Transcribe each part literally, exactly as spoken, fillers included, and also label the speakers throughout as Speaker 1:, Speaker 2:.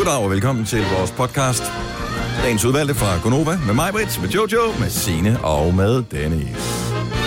Speaker 1: Goddag og velkommen til vores podcast. Dagens udvalgte fra Gonova med mig, Britt, med Jojo, med Signe og med Dennis.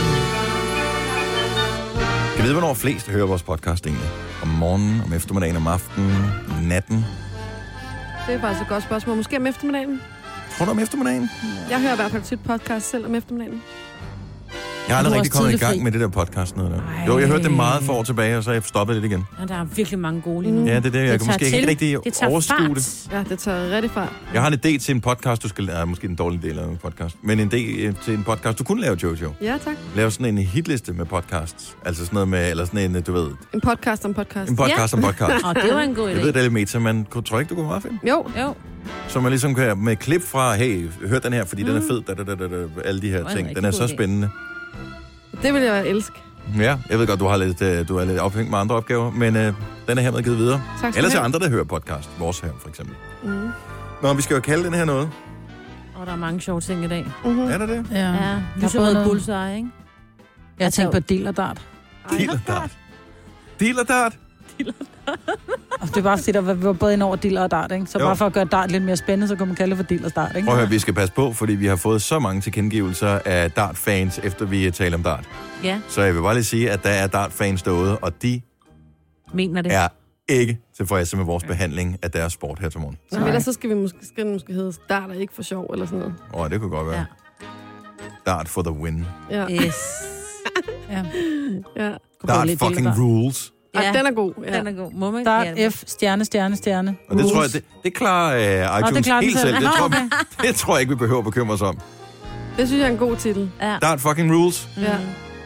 Speaker 1: Kan I vide, hvornår flest hører vores podcast egentlig? Om morgenen, om eftermiddagen, om aftenen, om natten?
Speaker 2: Det er faktisk et godt spørgsmål. Måske om eftermiddagen?
Speaker 1: Tror du om eftermiddagen?
Speaker 2: Jeg hører i hvert fald tit podcast selv om eftermiddagen.
Speaker 1: Jeg har aldrig rigtig kommet i gang med det der podcast. Noget der. Jo, jeg hørte det meget for år tilbage, og så har jeg stoppet lidt igen.
Speaker 3: Ja, der er virkelig mange gode lige nu.
Speaker 1: Ja, det er det. Jeg
Speaker 3: det
Speaker 1: kan måske
Speaker 3: til.
Speaker 1: ikke rigtig
Speaker 3: det
Speaker 1: overskue det.
Speaker 2: Ja, det tager rigtig fart.
Speaker 1: Jeg har en idé til en podcast, du skal lave. Måske en dårlig del af en podcast. Men en idé til en podcast, du kunne lave, Jojo.
Speaker 2: Ja, tak.
Speaker 1: Lave sådan en hitliste med podcasts. Altså sådan noget med, eller sådan en, du ved...
Speaker 2: En podcast om podcast.
Speaker 1: En podcast
Speaker 3: ja.
Speaker 1: om podcast.
Speaker 3: Og det var en god idé.
Speaker 1: Jeg ved, det er lidt meta, men tror ikke, du kunne meget finde?
Speaker 2: Jo.
Speaker 3: Jo.
Speaker 1: Så man ligesom kan med klip fra, hey, hør den her, fordi mm. den er fed, da, da, da, da, alle de her
Speaker 3: oh,
Speaker 1: ting. Den er så spændende.
Speaker 2: Det vil jeg elske.
Speaker 1: Ja, jeg ved godt, du har lidt, du er lidt ophængt med andre opgaver, men øh, den er hermed givet videre. Eller til andre, der hører podcast. Vores her, for eksempel. Mm. Nå, vi skal jo kalde den her noget.
Speaker 3: Og der er mange sjove ting i dag.
Speaker 2: Mm-hmm.
Speaker 1: Er der det?
Speaker 3: Ja. ja. Lyserød bullseye, ikke?
Speaker 4: Jeg tænker på deal og dart.
Speaker 1: Deal og dart? Deal og dart?
Speaker 4: Det er bare fordi, der var både ind over deal og dart, ikke? Så jo. Bare for at gøre dart lidt mere spændende, så kan man kalde det for deal og dart, ikke?
Speaker 1: Prøv at høre, vi skal passe på, fordi vi har fået så mange tilkendegivelser af dart-fans, efter vi taler om dart.
Speaker 3: Ja.
Speaker 1: Så jeg vil bare lige sige, at der er dart-fans derude, og de
Speaker 3: mener det.
Speaker 1: er ikke tilfredse med vores behandling af deres sport her til morgen.
Speaker 2: Så men ellers så skal vi måske, skal det måske hedde dart og ikke for sjov, eller sådan noget.
Speaker 1: Åh, oh, det kunne godt være. Ja. Dart for the win.
Speaker 2: Ja.
Speaker 3: Yes.
Speaker 2: ja. ja.
Speaker 1: Dart fucking rules.
Speaker 2: Ja, ja, den er god. Ja.
Speaker 3: Den er god. Må man?
Speaker 4: Dart F, stjerne, stjerne, stjerne.
Speaker 1: Og det tror jeg, det, det klarer uh, iTunes
Speaker 4: oh, det
Speaker 1: helt selv. Det tror, okay. det tror jeg ikke, vi behøver at bekymre os om.
Speaker 2: Det synes jeg er en god titel.
Speaker 3: Ja.
Speaker 1: Dart fucking rules.
Speaker 2: Mm. Ja.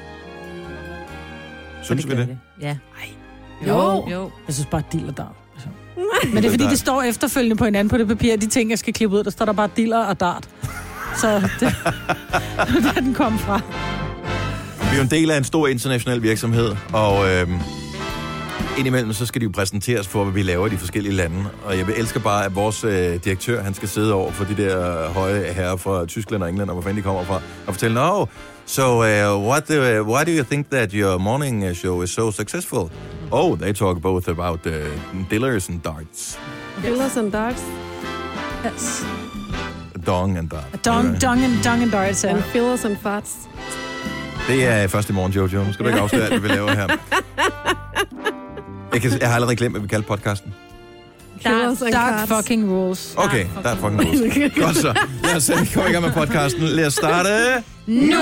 Speaker 1: Synes
Speaker 3: det
Speaker 1: vi det?
Speaker 3: det? Ja.
Speaker 4: Jo. jo. jo. Jeg synes bare, deal og dart. Men det er fordi, det står efterfølgende på hinanden på det papir, de ting, jeg skal klippe ud, der står der bare dealer og dart. Så det der den kom fra.
Speaker 1: Vi er jo en del af en stor international virksomhed, og øh, indimellem så skal de jo præsenteres for, hvad vi laver i de forskellige lande. Og jeg elsker bare, at vores øh, direktør, han skal sidde over for de der høje herrer fra Tyskland og England, og hvor fanden de kommer fra, og fortælle, no, so uh, what do, uh, why do you think that your morning show is so successful? Oh, they talk both about uh, dillers and darts.
Speaker 2: Dillers and darts?
Speaker 4: Yes.
Speaker 1: Dong and dart.
Speaker 4: Dong, dong, and, dong and darts.
Speaker 2: And fillers and farts.
Speaker 1: Det er først i morgen, Jojo. Nu skal du ikke afsløre alt, hvad vi laver her. Jeg, kan, jeg har allerede glemt, hvad vi kalder podcasten.
Speaker 4: Dark, dark fucking rules.
Speaker 1: Okay, dark fucking rules. Godt så. Lad os komme i gang med podcasten. Lad os starte
Speaker 3: nu.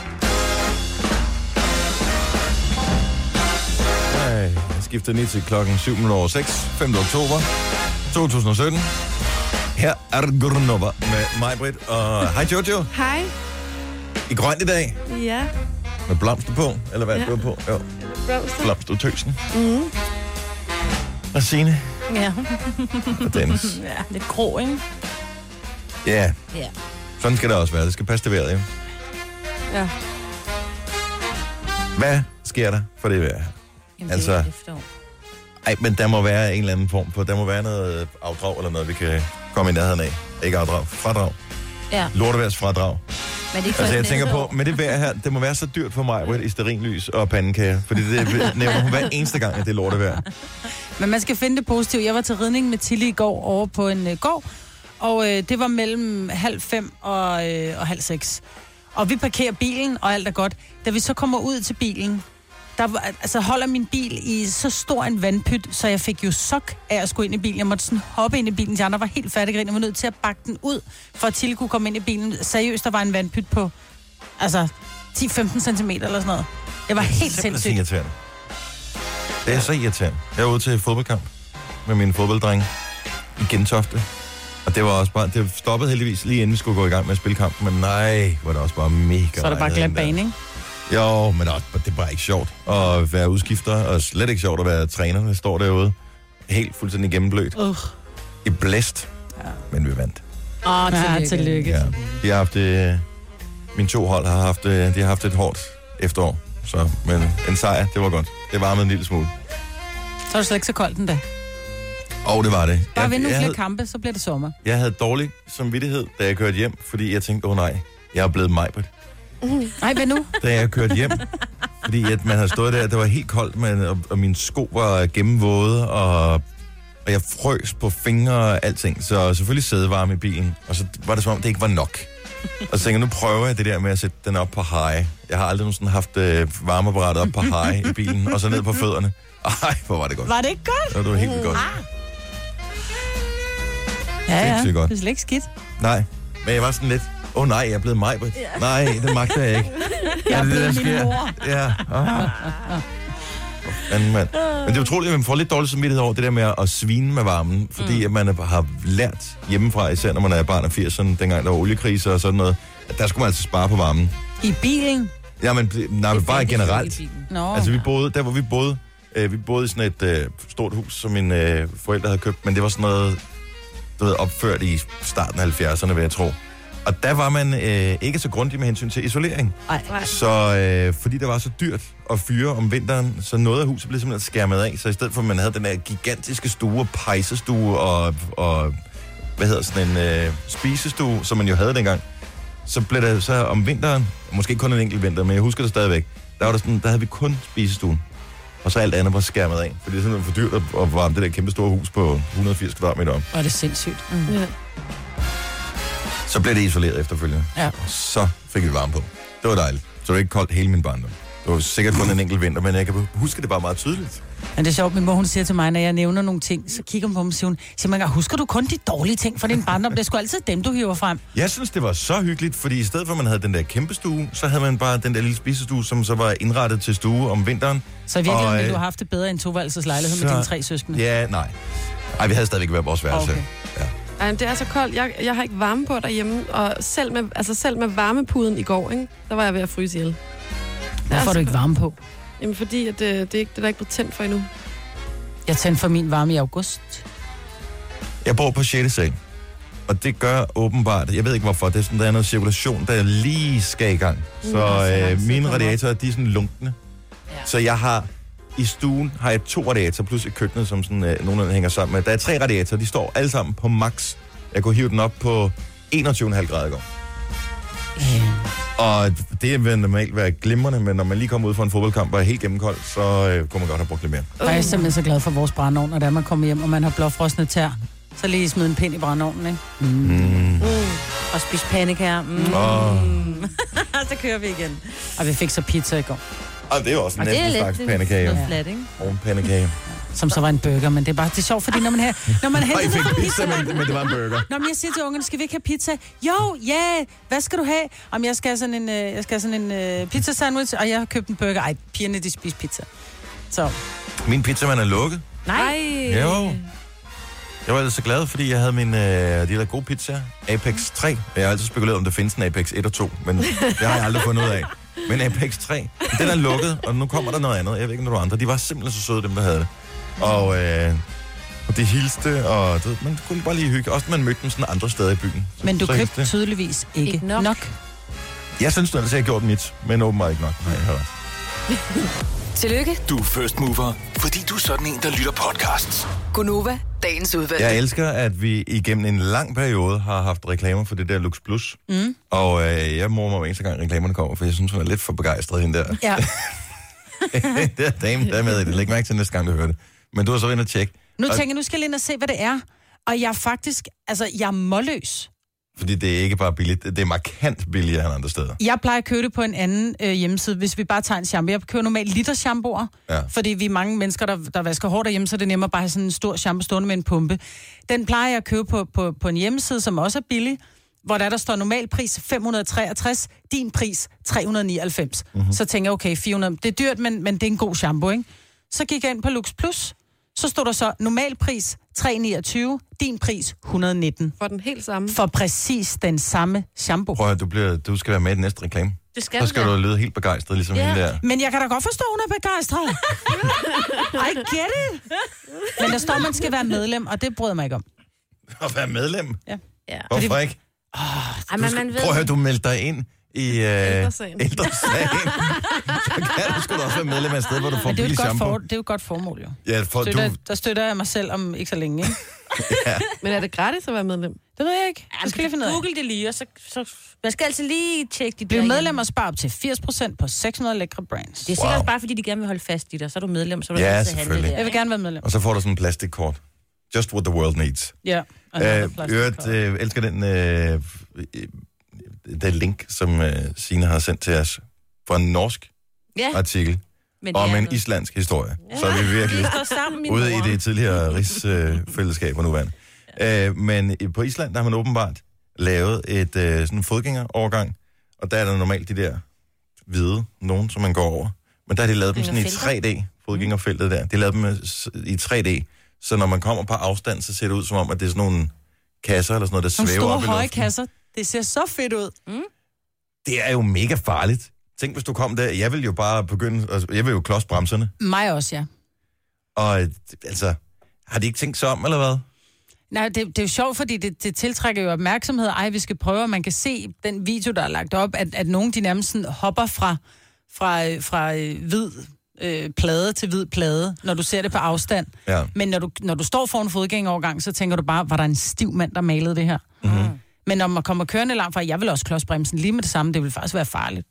Speaker 1: Jeg skifter lige til klokken syv minutter over seks, femte oktober to tusind og sytten. Her er Gonova med mig, Britt, og hej Jojo.
Speaker 2: Hej.
Speaker 1: I grønt i dag.
Speaker 2: Ja.
Speaker 1: Med blomster på, eller hvad ja. er det på? Jo.
Speaker 2: Blomster.
Speaker 1: Blomstertøsen.
Speaker 2: Mhm.
Speaker 1: Og Signe.
Speaker 3: Ja.
Speaker 1: Og Dennis.
Speaker 3: Ja, lidt grå, ikke?
Speaker 1: Ja.
Speaker 3: Ja.
Speaker 1: Sådan skal det også være. Det skal passe til vejret, jo.
Speaker 2: Ja.
Speaker 1: Hvad sker der for det vejr?
Speaker 3: Jamen,
Speaker 1: altså,
Speaker 3: det er efterår. Ej,
Speaker 1: men der må være en eller anden form på, der må være noget afdrag eller noget, vi kan komme i nærheden af. Ikke afdrag, fradrag.
Speaker 3: Ja.
Speaker 1: Lorteværsfradrag.
Speaker 3: Men det
Speaker 1: altså, jeg tænker på, med det vejr her, det må være så dyrt for mig, i stearinlys og pandekager. Fordi det nævner hun hver eneste gang, at det er lortevejr.
Speaker 4: Men man skal finde det positivt. Jeg var til ridning med Tilly i går over på en uh, gård, og øh, det var mellem halv fem og, øh, og halv seks. Og vi parkerer bilen, og alt er godt. Da vi så kommer ud til bilen, der altså, holder min bil i så stor en vandpyt, så jeg fik jo sok af at skulle ind i bilen. Jeg måtte sådan hoppe ind i bilen, de andre var helt færdige. Jeg var nødt til at bakke den ud, for at Tilly kunne komme ind i bilen. Seriøst, der var en vandpyt på altså ti til femten centimeter eller sådan noget. Det var helt sindssygt.
Speaker 1: Irriterende. Det er så irriterende. Jeg var ude til fodboldkamp med mine fodbolddrenge i Gentofte. Og det var også bare, det stoppede heldigvis lige inden vi skulle gå i gang med at spille kamp. Men nej, var det også bare mega.
Speaker 4: Så er det bare glat bane, ikke?
Speaker 1: Jo, men også, det er bare ikke sjovt at være udskifter, og slet ikke sjovt at være træner, der står derude. Helt fuldstændig gennemblødt.
Speaker 4: Uh.
Speaker 1: I blæst. Ja. Men vi vandt.
Speaker 3: Åh, oh, tillykke. Ja, tillykke.
Speaker 1: Ja. De har haft, øh, mine to hold har haft, øh, de har haft et hårdt efterår. Så, men en sejr, det var godt. Det varmede en lille smule.
Speaker 4: Så er det slet ikke så koldt den dag.
Speaker 1: Og det var det.
Speaker 4: Bare vinde nogle flere
Speaker 1: havde,
Speaker 4: kampe, så bliver det sommer.
Speaker 1: Jeg havde dårlig samvittighed, da jeg kørte hjem, fordi jeg tænkte, åh oh, nej, jeg er blevet Majbrit.
Speaker 4: Nej, hvad nu?
Speaker 1: Da jeg kørte hjem, fordi at man havde stået der, det var helt koldt, men, og, og mine sko var gennemvåde, og og jeg frøs på fingre og alting, så selvfølgelig sædevarme i bilen, og så var det som om, det ikke var nok. Og så tænkte jeg, nu prøver jeg det der med at sætte den op på high. Jeg har aldrig nogensinde haft øh, varmeapparatet op på high i bilen, og så ned på fødderne. Ej, hvor var det godt.
Speaker 4: Var det ikke godt?
Speaker 1: Det var helt vildt godt.
Speaker 4: Ja, ja,
Speaker 1: Sindssygt godt.
Speaker 4: det er slet ikke skidt.
Speaker 1: Nej, men jeg var sådan lidt, åh oh, nej, jeg er blevet mig. Ja. Nej, det magter jeg ikke.
Speaker 4: Jeg er,
Speaker 1: er det,
Speaker 4: blevet
Speaker 1: det,
Speaker 4: min
Speaker 1: sker?
Speaker 4: mor.
Speaker 1: Ja. Ah. Men, man. Men det er utroligt, at man får lidt dårlig samvittighed over det der med at svine med varmen, fordi mm. at man har lært hjemmefra, især når man er barn af firserne, dengang der var oliekriser og sådan noget, at der skulle man altså spare på varmen.
Speaker 4: I bilen?
Speaker 1: Ja, men nej, men bare generelt.
Speaker 4: Nå.
Speaker 1: Altså vi boede, der hvor vi boede, øh, vi boede i sådan et øh, stort hus, som mine øh, forældre havde købt, men det var sådan noget, du ved, opført i starten af halvfjerdserne, vil jeg tro. Og der var man øh, ikke så grundig med hensyn til isolering.
Speaker 4: Nej.
Speaker 1: Så øh, fordi det var så dyrt at fyre om vinteren, så noget af huset blev simpelthen skærmet af. Så i stedet for, at man havde den der gigantiske stue, pejsestue og, og hvad hedder sådan en øh, spisestue, som man jo havde dengang, så blev det så om vinteren, måske kun en enkelt vinter, men jeg husker det stadigvæk, der, var der, sådan, der havde vi kun spisestuen. Og så alt andet var skærmet af. For det er simpelthen for dyrt at, at varme det der kæmpe store hus på et hundrede og firs kvadratmeter om.
Speaker 4: Og det er sindssygt. Mm. Ja.
Speaker 1: Så blev det isoleret efterfølgende.
Speaker 4: Ja.
Speaker 1: Så fik vi varme på. Det var dejligt. Så det var ikke koldt hele min barndom. Det var sikkert kun en enkelt vinter, men jeg kan huske det bare meget tydeligt.
Speaker 4: Men det er sjovt, min mor hun siger til mig, når jeg nævner nogle ting, så kigger hun på mig og siger, hun, siger man, husker du kun de dårlige ting fra din barndom? Det er sgu altid dem, du hiver frem.
Speaker 1: Jeg synes, det var så hyggeligt, fordi i stedet for, at man havde den der kæmpe stue, så havde man bare den der lille spisestue, som så var indrettet til stue om vinteren.
Speaker 4: Så i virkeligheden
Speaker 1: og,
Speaker 4: ville du have haft det bedre end toværelses lejlighed så... med dine tre søskende?
Speaker 1: Ja, nej. Ej, vi havde stadigvæk været vores værelse. Okay. Ja.
Speaker 2: Ej, det er så koldt. Jeg, jeg har ikke varme på derhjemme, og selv med, altså selv med varmepuden i går, ikke, der var jeg ved at fryse ihjel.
Speaker 4: Hvorfor får du ikke varme på?
Speaker 2: Jamen, fordi at, det, det, er ikke, det er der ikke blevet tændt for endnu.
Speaker 4: Jeg tændte for min varme i august.
Speaker 1: Jeg bor på sjette sal, og det gør åbenbart, jeg ved ikke hvorfor, det er sådan, der er noget cirkulation, der lige skal i gang. Så øh, mine radiatorer, de er sådan lunkne. Ja. Så jeg har, i stuen har jeg to radiatorer, plus et køkkenet, som sådan, øh, nogenlunde hænger sammen med. Der er tre radiatorer, de står alle sammen på max. Jeg kunne hive den op på enogtyve komma fem grader i går. Yeah. Og det vil normalt være glimrende, men når man lige kommer ud fra en fodboldkamp og er helt gennemkold, så øh, kunne man godt have brugt lidt mere.
Speaker 4: Uh. Jeg er simpelthen så glad for vores brændeovn, og da man kommer hjem, og man har blåfrosne tær, så lige smide en pind i brændeovnen, ikke? Mm.
Speaker 3: Mm. Og spise pandekager. Mm.
Speaker 1: Oh.
Speaker 3: Så kører vi igen.
Speaker 4: Og vi fik så pizza i går.
Speaker 1: Og det er jo også en næsten slags pandekage.
Speaker 3: Det er flat, ikke?
Speaker 1: Og en pandekage.
Speaker 4: Som så var en burger, men det er bare det er sjovt, fordi når man har når man
Speaker 1: henter fik pizza, men, men det var en burger.
Speaker 4: Når jeg siger til ungerne, skal vi ikke have pizza? Jo, ja, yeah. Hvad skal du have? Om jeg skal have sådan en uh, jeg skal have sådan en uh, pizza sandwich, og jeg har købt en burger. Ej, pigerne de spiser pizza. Så
Speaker 1: min pizzamand er lukket.
Speaker 3: Nej.
Speaker 1: Jo. Jeg var altså så glad, fordi jeg havde min, øh, de der gode pizza, Apex tre. Jeg har altid spekuleret, om der findes en Apex et og to, men det har jeg aldrig fundet ud af. Men Apex tre, den er lukket, og nu kommer der noget andet. Jeg ved ikke, om der var andre. De var simpelthen så søde, dem der havde det. Og, øh, og det hilste, og det, man kunne bare lige hygge. Også når man mødte dem sådan andre steder i byen. Så,
Speaker 4: men du købte tydeligvis ikke, ikke nok. nok.
Speaker 1: Jeg synes, at jeg har gjort mit, men åbenbart ikke nok. Nej, jeg har ret.
Speaker 5: Tillykke.
Speaker 6: Du er first mover, fordi du er sådan en, der lytter podcasts.
Speaker 5: Gunova, dagens udvalgte.
Speaker 1: Jeg elsker, at vi igennem en lang periode har haft reklamer for det der Lux Plus. Mm. Og øh, jeg mormer mig eneste gang, reklamerne kommer, for jeg synes, hun er lidt for begejstret, hende der.
Speaker 4: Ja.
Speaker 1: det er dame, der er med i det. Læg mærke til næste gang, du hører det. Men du har så ind og tjekke.
Speaker 4: Nu
Speaker 1: og...
Speaker 4: tænker jeg, nu skal jeg ind og se, hvad det er. Og jeg er faktisk, altså, jeg er målløs.
Speaker 1: Fordi det er ikke bare billigt, det er markant billigere end andre steder.
Speaker 4: Jeg plejer at købe det på en anden øh, hjemmeside, hvis vi bare tager en shampoo. Jeg køber normalt liter shampooer, ja. Fordi vi er mange mennesker, der, der vasker hårdt derhjemme, så det er nemmere bare at have sådan en stor shampoo stående med en pumpe. Den plejer jeg at købe på, på, på en hjemmeside, som også er billig, hvor der, der står normal pris fem hundrede og treogtres, din pris tre hundrede og nioghalvfems. Mm-hmm. Så tænker jeg, okay, fire hundrede, det er dyrt, men, men det er en god shampoo, ikke? Så gik jeg ind på Lux Plus, så stod der så normal pris tre hundrede og niogtyve, din pris et hundrede og nitten.
Speaker 2: For den helt samme.
Speaker 4: For præcis den samme shampoo.
Speaker 1: Prøv at du, bliver, du skal være med i den næste reklame.
Speaker 3: Det skal
Speaker 1: så skal du lyde helt begejstret, ligesom yeah. hende der.
Speaker 4: Men jeg kan da godt forstå, hun er begejstret. I get it. Men der står, man skal være medlem, og det bryder mig ikke om.
Speaker 1: At være medlem?
Speaker 4: Ja.
Speaker 3: ja.
Speaker 1: Hvorfor
Speaker 4: Fordi...
Speaker 1: ikke?
Speaker 4: Oh,
Speaker 3: Ej, men man ved...
Speaker 1: Prøv at høre, du meldte dig ind i øh,
Speaker 2: ældresagen.
Speaker 1: ældresagen. Så kan du sgu da også være medlem af et sted, hvor du får billig shampoo.
Speaker 4: For, det er jo et godt formål, jo.
Speaker 1: Ja, for
Speaker 4: støtter,
Speaker 1: du...
Speaker 4: Der støtter jeg mig selv om ikke så længe, ikke?
Speaker 2: Ja. Men er det gratis at være medlem?
Speaker 4: Det ved jeg ikke.
Speaker 3: Ja, skal jeg finde Google det lige, og så, så... Man skal altid lige tjekke de
Speaker 4: Bliv medlem og spare op til firs procent på seks hundrede lækre brands.
Speaker 3: Det er sikkert wow. bare, fordi de gerne vil holde fast i dig. Så er du medlem, så er du
Speaker 1: ja,
Speaker 3: altid handle der.
Speaker 4: Jeg vil gerne være medlem.
Speaker 1: Og så får du sådan en plastikkort Just what the world needs.
Speaker 4: Ja.
Speaker 1: Jeg øh, øh, elsker den, øh, den link, som øh, Signe har sendt til os fra en norsk
Speaker 3: Ja.
Speaker 1: artikel
Speaker 3: Men
Speaker 1: om
Speaker 3: det er
Speaker 1: en
Speaker 3: noget.
Speaker 1: islandsk historie.
Speaker 3: Ja.
Speaker 1: Så er vi virkelig
Speaker 3: Vi står sammen, min
Speaker 1: ude
Speaker 3: mor.
Speaker 1: i det tidligere rigsfællesskab og nuværende. Øh, men på Island der har man åbenbart lavet et øh, sådan en fodgængerovergang, og der er der normalt de der hvide, nogen som man går over. Men der har de lavet dem sådan i tre D, fodgængerfeltet der. De lavede dem øh, i tre D, så når man kommer på afstand, så ser det ud som om, at det er sådan nogle kasser eller sådan noget, der
Speaker 4: Nogle
Speaker 1: svæver
Speaker 4: store
Speaker 1: op i
Speaker 4: høje
Speaker 1: luften.
Speaker 4: kasser. Det ser så fedt ud.
Speaker 3: Mm.
Speaker 1: Det er jo mega farligt. Tænk, hvis du kom der. Jeg vil jo bare begynde... Altså, jeg vil jo klods bremserne.
Speaker 4: Mig også, ja.
Speaker 1: Og altså, har de ikke tænkt sig om, eller hvad?
Speaker 4: Nej, det, det er jo sjovt, fordi det, det tiltrækker jo opmærksomhed. Ej, vi skal prøve, og man kan se den video, der er lagt op, at, at nogen de nærmest sådan hopper fra, fra, fra øh, hvid øh, plade til hvid plade, når du ser det på afstand.
Speaker 1: Ja.
Speaker 4: Men når du, når du står foran fodgængerovergang, så tænker du bare, var der en stiv mand, der malede det her?
Speaker 1: Mm-hmm.
Speaker 4: Men når man kommer kørende langt fra, jeg vil også klodsbremsen lige med det samme, det vil faktisk være farligt.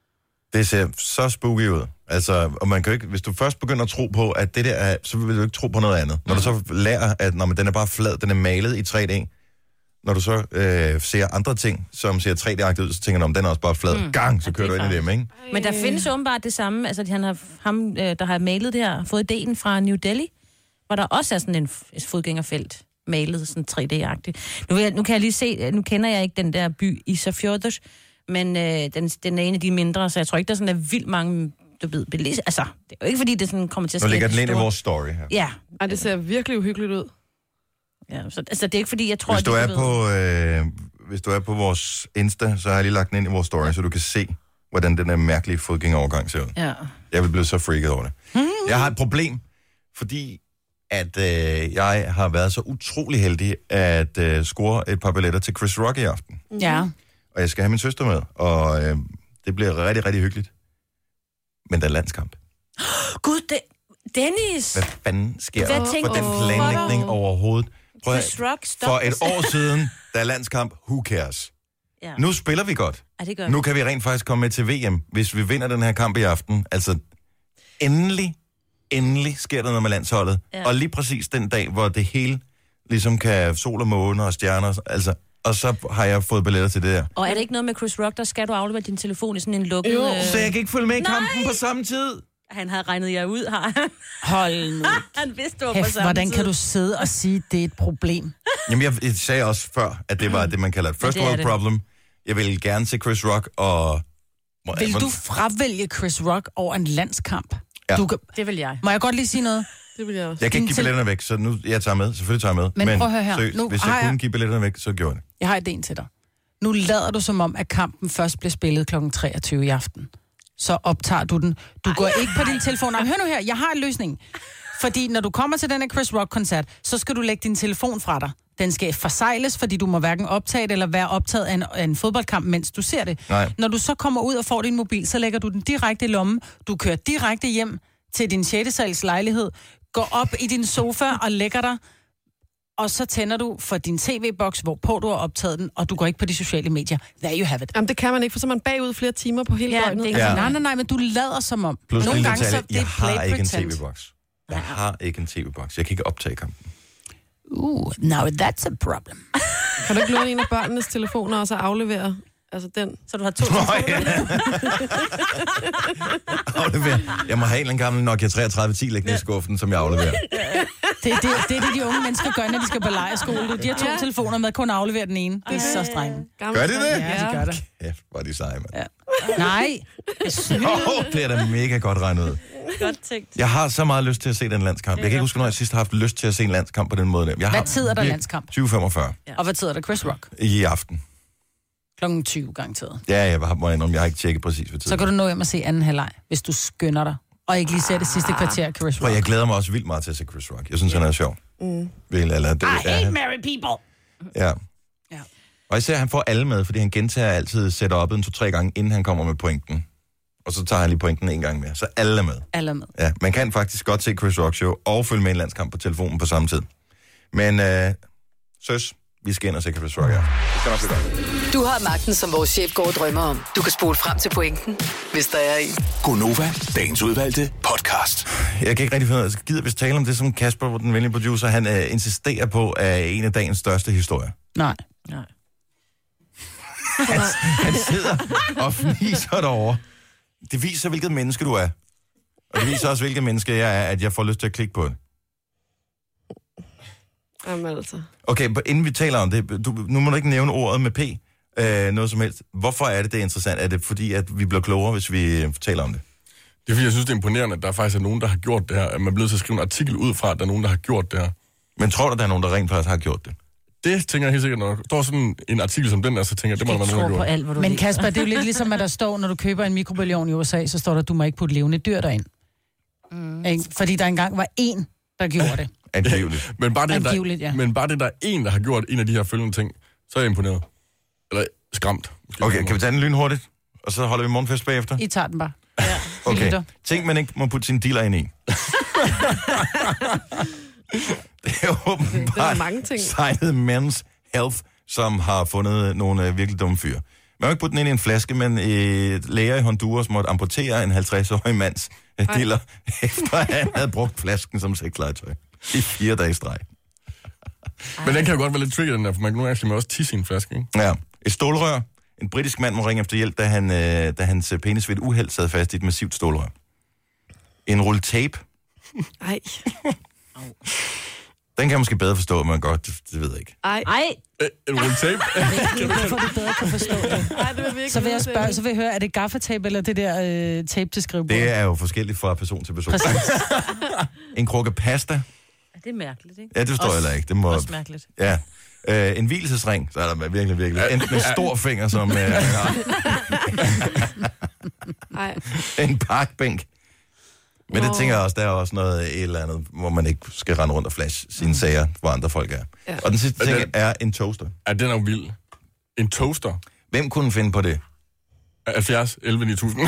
Speaker 1: Det ser så spooky ud. Altså, og man kan ikke, hvis du først begynder at tro på, at det der er, så vil du ikke tro på noget andet. Når du så lærer, at når man, den er bare flad, den er malet i tre D, når du så øh, ser andre ting, som ser tre D-agtigt ud, så tænker du, om den er også bare flad. Mm. Gang, så
Speaker 3: Ja,
Speaker 1: kører
Speaker 3: det
Speaker 1: du
Speaker 3: er
Speaker 1: ind i dem, ikke?
Speaker 3: Men der findes åbenbart det samme. Altså, han har, ham, øh, der har malet det her, fået ideen fra New Delhi, hvor der også er sådan en f- et fodgængerfelt malet, sådan tre D-agtigt. Nu, vil jeg, nu kan jeg lige se, nu kender jeg ikke den der by Ísafjörður, men øh, den, den er en af de mindre, så jeg tror ikke, der er sådan er vildt mange, du ved, belæs. Altså, det er jo ikke fordi, det sådan kommer til at
Speaker 1: Nu
Speaker 3: ske.
Speaker 1: ligger den ind i
Speaker 3: store-
Speaker 1: vores story her.
Speaker 3: Ja.
Speaker 2: Ej, det ser virkelig uhyggeligt ud.
Speaker 3: Ja, så altså, det er ikke fordi, jeg tror,
Speaker 1: Hvis
Speaker 3: at
Speaker 1: du,
Speaker 3: de
Speaker 1: er
Speaker 3: ved-
Speaker 1: på, øh, hvis du er på vores Insta, så har jeg lige lagt den ind i vores story, så du kan se, hvordan den der mærkelige fodgængerovergang ser ud.
Speaker 3: Ja.
Speaker 1: Jeg vil blive så freaket over det. Jeg har et problem, fordi at øh, jeg har været så utrolig heldig at øh, score et par billetter til Chris Rock i aften.
Speaker 4: Ja.
Speaker 1: Og jeg skal have min søster med, og øh, det bliver rigtig, rigtig hyggeligt. Men der er landskamp.
Speaker 3: Gud, det... Dennis!
Speaker 1: Hvad fanden sker
Speaker 3: Hvad
Speaker 1: der
Speaker 3: tænker
Speaker 1: for den
Speaker 3: du?
Speaker 1: planlægning
Speaker 3: Fuck.
Speaker 1: overhovedet? Prøv,
Speaker 3: Chris Rock, stop.
Speaker 1: for et år siden, der er landskamp, who cares?
Speaker 3: Ja.
Speaker 1: Nu spiller vi godt.
Speaker 3: Ja, det gør
Speaker 1: Nu kan vi rent faktisk komme med til V M, hvis vi vinder den her kamp i aften. Altså, endelig, endelig sker der noget med landsholdet.
Speaker 3: Ja.
Speaker 1: Og lige præcis den dag, hvor det hele ligesom kan sol og måne og stjerner, altså, og så har jeg fået billetter til det der.
Speaker 3: Og er det ikke noget med Chris Rock, der skal du aflevere din telefon i sådan en lukket...
Speaker 2: Jo.
Speaker 3: Øh...
Speaker 1: Så jeg kan ikke følge med i
Speaker 3: Nej.
Speaker 1: kampen på samme tid.
Speaker 3: Han havde regnet jer ud, har han?
Speaker 4: Hold nu.
Speaker 3: Han vidste, det var på
Speaker 4: Hæft,
Speaker 3: samme
Speaker 4: hvordan
Speaker 3: tid.
Speaker 4: kan du sidde og sige, at det er et problem?
Speaker 1: Jamen, jeg, jeg sagde også før, at det var det, man kalder et first
Speaker 3: det er
Speaker 1: world
Speaker 3: det.
Speaker 1: problem. Jeg vil gerne se Chris Rock, og...
Speaker 4: Vil du fravælge Chris Rock over en landskamp?
Speaker 1: Ja.
Speaker 4: Du kan...
Speaker 3: Det vil jeg.
Speaker 4: Må jeg godt lige sige noget?
Speaker 2: Det vil jeg også.
Speaker 1: Jeg kan ikke give
Speaker 4: Til-
Speaker 1: billetterne væk, så nu jeg tager med. Selvfølgelig tager jeg med.
Speaker 4: Men prøv at høre her.
Speaker 1: seriøst,
Speaker 4: Nu
Speaker 1: hvis
Speaker 4: har
Speaker 1: jeg
Speaker 4: jeg-
Speaker 1: kunne give billetterne væk, så gjorde jeg det.
Speaker 4: Jeg har idéen til dig. Nu lader du som om, at kampen først bliver spillet klokken treogtyve i aften. Så optager du den. Du går ikke på din telefon. Nej, hør nu her, jeg har en løsning. Fordi når du kommer til den her Chris Rock-koncert, så skal du lægge din telefon fra dig. Den skal forsejles, fordi du må hverken optage det, eller være optaget af en, af en fodboldkamp, mens du ser det.
Speaker 1: Nej.
Speaker 4: Når du så kommer ud og får din mobil, så lægger du den direkte i lommen. Du kører direkte hjem til din sjette sals lejlighed, går op i din sofa og lægger dig, og så tænder du for din tv-boks, hvorpå du har optaget den, og du går ikke på de sociale medier. There you have it.
Speaker 2: Jamen, det kan man ikke, for så er man bagud flere timer på hele
Speaker 3: Ja,
Speaker 2: døgnet.
Speaker 3: det
Speaker 2: Altså,
Speaker 1: Ja.
Speaker 4: Nej, nej, nej, men du lader som om.
Speaker 1: Plus
Speaker 4: Nogle
Speaker 1: lille
Speaker 4: gange så
Speaker 1: detalje,
Speaker 4: det er
Speaker 1: jeg har
Speaker 4: play
Speaker 1: ikke en
Speaker 4: pretend.
Speaker 1: tv-boks. Jeg har ikke en tv-boks. Jeg kan ikke optage kampen.
Speaker 4: Uh, now that's a problem.
Speaker 2: Kan du ikke låne en af børnenes telefoner og så aflevere altså den?
Speaker 3: Så du har to
Speaker 1: Nå,
Speaker 3: telefoner.
Speaker 1: ja. Aflever. Jeg må have en eller anden gammel Nokia treogtredive ti liggende i skuffen, som jeg afleverer.
Speaker 4: Det er det, det, er det, de unge mennesker gør, når de skal på lejrskole. De har to
Speaker 2: Ja.
Speaker 4: telefoner med, kun aflevere den ene. Det er så strengt.
Speaker 2: Gamle
Speaker 1: Gør de det?
Speaker 2: drenge.
Speaker 4: Ja, de gør det.
Speaker 1: Ja, hvor er de seje, mand.
Speaker 4: Ja. Nej, det er sygt.
Speaker 1: Åh, det er da mega godt regnet ud.
Speaker 3: Godt tænkt.
Speaker 1: Jeg har så meget lyst til at se den landskamp. Jeg kan ikke huske, når jeg sidst har haft lyst til at se en landskamp på den måde. Jeg
Speaker 4: Hvad
Speaker 1: har
Speaker 4: tid er der
Speaker 1: vir-
Speaker 4: landskamp?
Speaker 1: tyve femogfyrre
Speaker 4: Og hvad tid er der Chris Rock?
Speaker 1: i aften.
Speaker 4: Klokken tyve garanteret.
Speaker 1: Ja, jeg har, må jeg indrømme, jeg har ikke tjekket præcis hvad tid.
Speaker 4: Så kan du nå hjem og se anden halvleg, hvis du skynder dig. Og ikke lige ser det sidste kvarter af Chris
Speaker 1: Prøv,
Speaker 4: Rock.
Speaker 1: jeg glæder mig også vildt meget til at se Chris Rock. Jeg synes, han er sjov. Mm. Vil, eller, det,
Speaker 4: I
Speaker 1: er,
Speaker 4: hate married people.
Speaker 1: ja.
Speaker 4: Ja.
Speaker 1: Og især, han får alle med, fordi han gentager altid setup'et en to-tre gange, inden han kommer med pointen. Og så tager han lige pointen en gang mere. Så alle er med.
Speaker 4: Alle er med.
Speaker 1: Ja, man kan faktisk godt se Chris Rock show og følge med en landskamp på telefonen på samme tid. Men, øh, søs, vi skal ind og se Chris Rock, ja. Det skal nok blive godt.
Speaker 5: Du har magten, som vores chef går og drømmer om. Du kan spole frem til pointen, hvis der er en.
Speaker 6: Gonova, dagens udvalgte podcast.
Speaker 1: Jeg kan ikke rigtig finde ud af, gider vi tale om det, som Kasper, den venlige producer, han uh, insisterer på, er en af dagens største historier.
Speaker 4: Nej.
Speaker 3: Nej.
Speaker 1: Han, han sidder og fniser derovre. Det viser, hvilket menneske du er. Og det viser også, hvilket menneske jeg er, at jeg får lyst til at klikke på det.
Speaker 2: Jamen altså.
Speaker 1: Okay, inden vi taler om det, du, nu må du ikke nævne ordet med P, øh, noget som helst. Hvorfor er det, det er interessant? Er det fordi, at vi bliver klogere, hvis vi taler om det?
Speaker 7: Det er fordi, jeg synes, det er imponerende, at der faktisk er nogen, der har gjort det her. At man er blevet til at skrive en artikel ud fra, at der er nogen, der har gjort det her.
Speaker 1: Men tror du, der er nogen, der rent faktisk har gjort det?
Speaker 7: Det tænker jeg helt sikkert, når der står sådan en artikel som den der, så tænker jeg, det må der være nogen, der har gjort.
Speaker 3: Alt, hvad du
Speaker 4: Men
Speaker 3: læser.
Speaker 4: Kasper, det er jo lidt ligesom, at der står, når du køber en mikrobølgeovn i U S A, så står der, at du må ikke putte levende dyr derind. Mm. Ikke? Fordi der engang var én, der gjorde det.
Speaker 1: Angiveligt.
Speaker 7: Men bare, det,
Speaker 4: Angiveligt,
Speaker 7: der,
Speaker 4: ja.
Speaker 7: men bare det, der er en, der har gjort en af de her følgende ting, så er jeg imponeret. Eller skræmt. Måske.
Speaker 1: Okay, kan vi tage den lynhurtigt? Og så holder vi morgenfest bagefter?
Speaker 4: I tager den bare.
Speaker 3: Ja.
Speaker 1: Okay.
Speaker 4: lytter.
Speaker 1: Ting, man ikke må putte sin dealer ind i. Det er
Speaker 2: Det er
Speaker 1: åbenbart
Speaker 2: mange ting.
Speaker 1: signet Men's Health, som har fundet nogle øh, virkelig dumme fyre. Man må ikke putte den ind i en flaske, men øh, læger i Honduras måtte amputere en halvtreds-årig mands øh, dealer, efter han havde brugt flasken som sexlegetøj. I fire dage streg.
Speaker 7: Men den kan jo godt være lidt trigger, den der, for man kan nu actually også tisse i en flaske, ikke?
Speaker 1: Ja. Et stålrør. En britisk mand må ringe efter hjælp, da, han, øh, da hans penis ved et uheld sad fast i et massivt stålrør. En rulle tape.
Speaker 2: Ej.
Speaker 1: Den kan jeg måske bedre forstå, men godt, det, det ved jeg ikke.
Speaker 2: Ej.
Speaker 3: Ej,
Speaker 7: Øh, en rulle tape.
Speaker 4: Hvorfor du bedre kan forstå det.
Speaker 2: Ej, det vil vi ikke
Speaker 4: Så vil jeg
Speaker 2: vide,
Speaker 4: spørge,
Speaker 2: det.
Speaker 4: så vil jeg høre, er det gaffatape eller det der øh, tape til skrivebordet?
Speaker 1: Det er jo forskelligt fra person til person.
Speaker 4: Præcis.
Speaker 1: En krukke pasta.
Speaker 3: det er mærkeligt, ikke?
Speaker 1: Ja, det forstår jeg heller ikke. Det må...
Speaker 3: Også mærkeligt.
Speaker 1: Ja. Øh, en hvilesesring, så er der virkelig, virkelig. Enten en stor finger, som øh, har
Speaker 2: Ej.
Speaker 1: en parkbænk. Men det
Speaker 2: Wow.
Speaker 1: tænker jeg også, der er også noget et eller andet, hvor man ikke skal rende rundt og flash sine sager, hvor andre folk er.
Speaker 2: Ja.
Speaker 1: Og den sidste
Speaker 7: Men
Speaker 1: ting
Speaker 7: den-
Speaker 1: er en toaster.
Speaker 7: Ja, den er jo vild. En toaster.
Speaker 1: Hvem kunne finde på det?
Speaker 7: halvfjerds, elleve, ni tusind.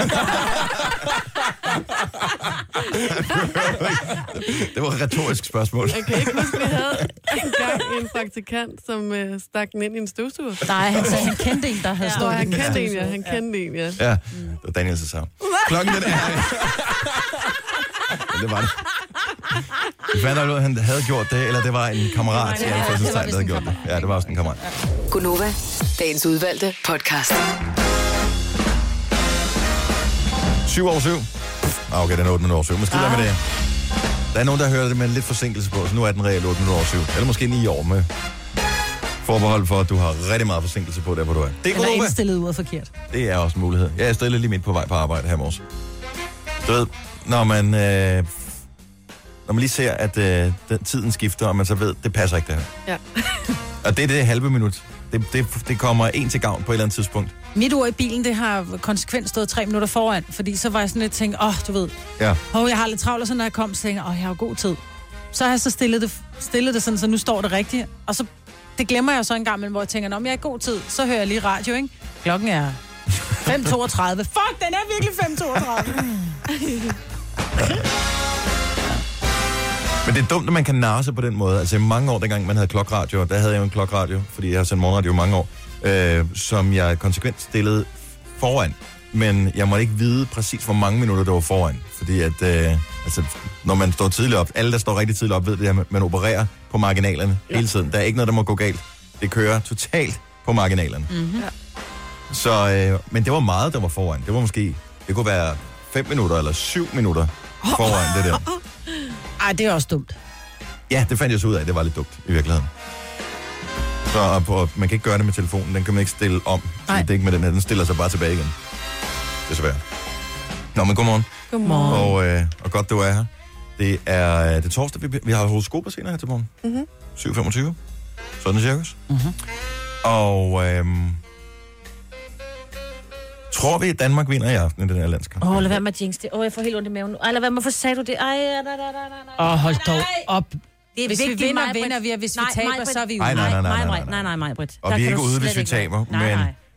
Speaker 1: Det var et retorisk spørgsmål.
Speaker 2: Jeg kan ikke huske, vi havde engang en praktikant, som øh, stak den ind i en støvsuger.
Speaker 4: Nej, han sagde, han kendte en, der havde
Speaker 2: Ja.
Speaker 4: stået
Speaker 2: Og
Speaker 4: i
Speaker 2: han
Speaker 4: den
Speaker 2: kendte en, ja.
Speaker 4: støvsuger.
Speaker 2: Han kendte en, ja.
Speaker 1: Ja, det var Daniel Cesar. Klokken den er... Ja, det var det. Vi fandt ud af, at han havde gjort det, eller det var en kammerat til
Speaker 4: Ja,
Speaker 1: alle
Speaker 4: det var
Speaker 1: fødselstegn, der
Speaker 4: vist
Speaker 1: havde
Speaker 4: en
Speaker 1: gjort det.
Speaker 4: kammerat.
Speaker 1: Ja, det var også en kammerat.
Speaker 5: Gunova, dagens udvalgte podcast.
Speaker 1: Syv over syv. Ah, okay, den er otte minutter over syv. Måske ah. med det. Der er nogen, der hører det med lidt forsinkelse på, så nu er den reelt otte minutter over syv. Eller måske ni år med forbehold for, at du har rigtig meget forsinkelse på, der hvor du er. Det er
Speaker 4: Eller
Speaker 1: Gunova.
Speaker 4: indstillet ud af forkert.
Speaker 1: Det er også en mulighed. Jeg er stadig lige midt på vej på arbejde her i morges. Du ved, når man, øh, når man lige ser, at øh, den, tiden skifter, og man så ved, det passer ikke det her.
Speaker 2: Ja.
Speaker 1: Og det er det halve minut. Det, det, det kommer en til gavn på et eller andet tidspunkt.
Speaker 4: Mit ord i bilen, det har konsekvent stået tre minutter foran, fordi så var jeg sådan lidt tænkt, åh, oh, du ved,
Speaker 1: Ja.
Speaker 4: oh, jeg har lidt travlt, og så når jeg kom, så tænkte jeg, åh, oh, jeg har jo god tid. Så har jeg så stillet det, stillet det sådan, så nu står det rigtigt, og så, det glemmer jeg så en gang, men hvor jeg tænker, nå, men jeg er i god tid, så hører jeg lige radio, ikke? Klokken er fem toogtredive. Fuck, den er virkelig fem toogtredive.
Speaker 1: Men det er dumt, at man kan narre sig på den måde. Altså i mange år, dengang man havde klokradio, der havde jeg jo en klokradio, fordi jeg har sendt morgenradio i mange år, øh, som jeg konsekvent stillede foran. Men jeg måtte ikke vide præcis, hvor mange minutter der var foran. Fordi at, øh, altså, når man står tidligt op, alle der står rigtig tidligt op, ved det her, man opererer på marginalerne ja. hele tiden. Der er ikke noget, der må gå galt. Det kører totalt på marginalerne.
Speaker 4: Mm-hmm.
Speaker 2: Ja.
Speaker 1: Så, øh, men det var meget, der var foran. Det var måske, det kunne være fem minutter eller syv minutter foran det der.
Speaker 4: Ej, det er også dumt.
Speaker 1: Ja, det fandt jeg så ud af, det var lidt dumt i virkeligheden. Så og, og, man kan ikke gøre det med telefonen, den kan man ikke stille om.
Speaker 4: Nej.
Speaker 1: Det er ikke med den her, den stiller sig bare tilbage igen. Desværre. Nå, men godmorgen.
Speaker 2: Godmorgen.
Speaker 1: Og, øh, og godt, du er her. Det er, det er torsdag, vi, vi har horoskoper senere her til morgen.
Speaker 2: Mhm.
Speaker 1: syv femogtyve. Sådan cirkus.
Speaker 4: Mm-hmm.
Speaker 1: Og øhm, tror vi, at Danmark vinder i aften i den her landskamp?
Speaker 3: Åh, oh, lad være med at jinx det. Åh, oh, jeg får helt ondt i maven nu. Ej, lad være med, hvorfor sagde du det? Ej, nej, nej, nej, nej, nej.
Speaker 4: Åh, oh, hold dog op.
Speaker 3: Det er
Speaker 4: Hvis vi
Speaker 3: vigtigt,
Speaker 4: vinder,
Speaker 3: Maj-Brit.
Speaker 4: vinder vi, og hvis vi
Speaker 3: Nej,
Speaker 4: taber,
Speaker 3: Maj-Brit.
Speaker 4: så er vi ude.
Speaker 1: Ej, nej, nej, nej, nej,
Speaker 3: Nej,
Speaker 1: nej,
Speaker 3: nej, nej, nej, Maj-Brit.
Speaker 1: Og
Speaker 3: Der
Speaker 1: vi er
Speaker 3: kan
Speaker 1: ikke
Speaker 3: du
Speaker 1: ude,
Speaker 3: slet
Speaker 1: hvis vi
Speaker 3: ikke være.
Speaker 1: taber,
Speaker 3: Nej,
Speaker 1: men
Speaker 3: nej.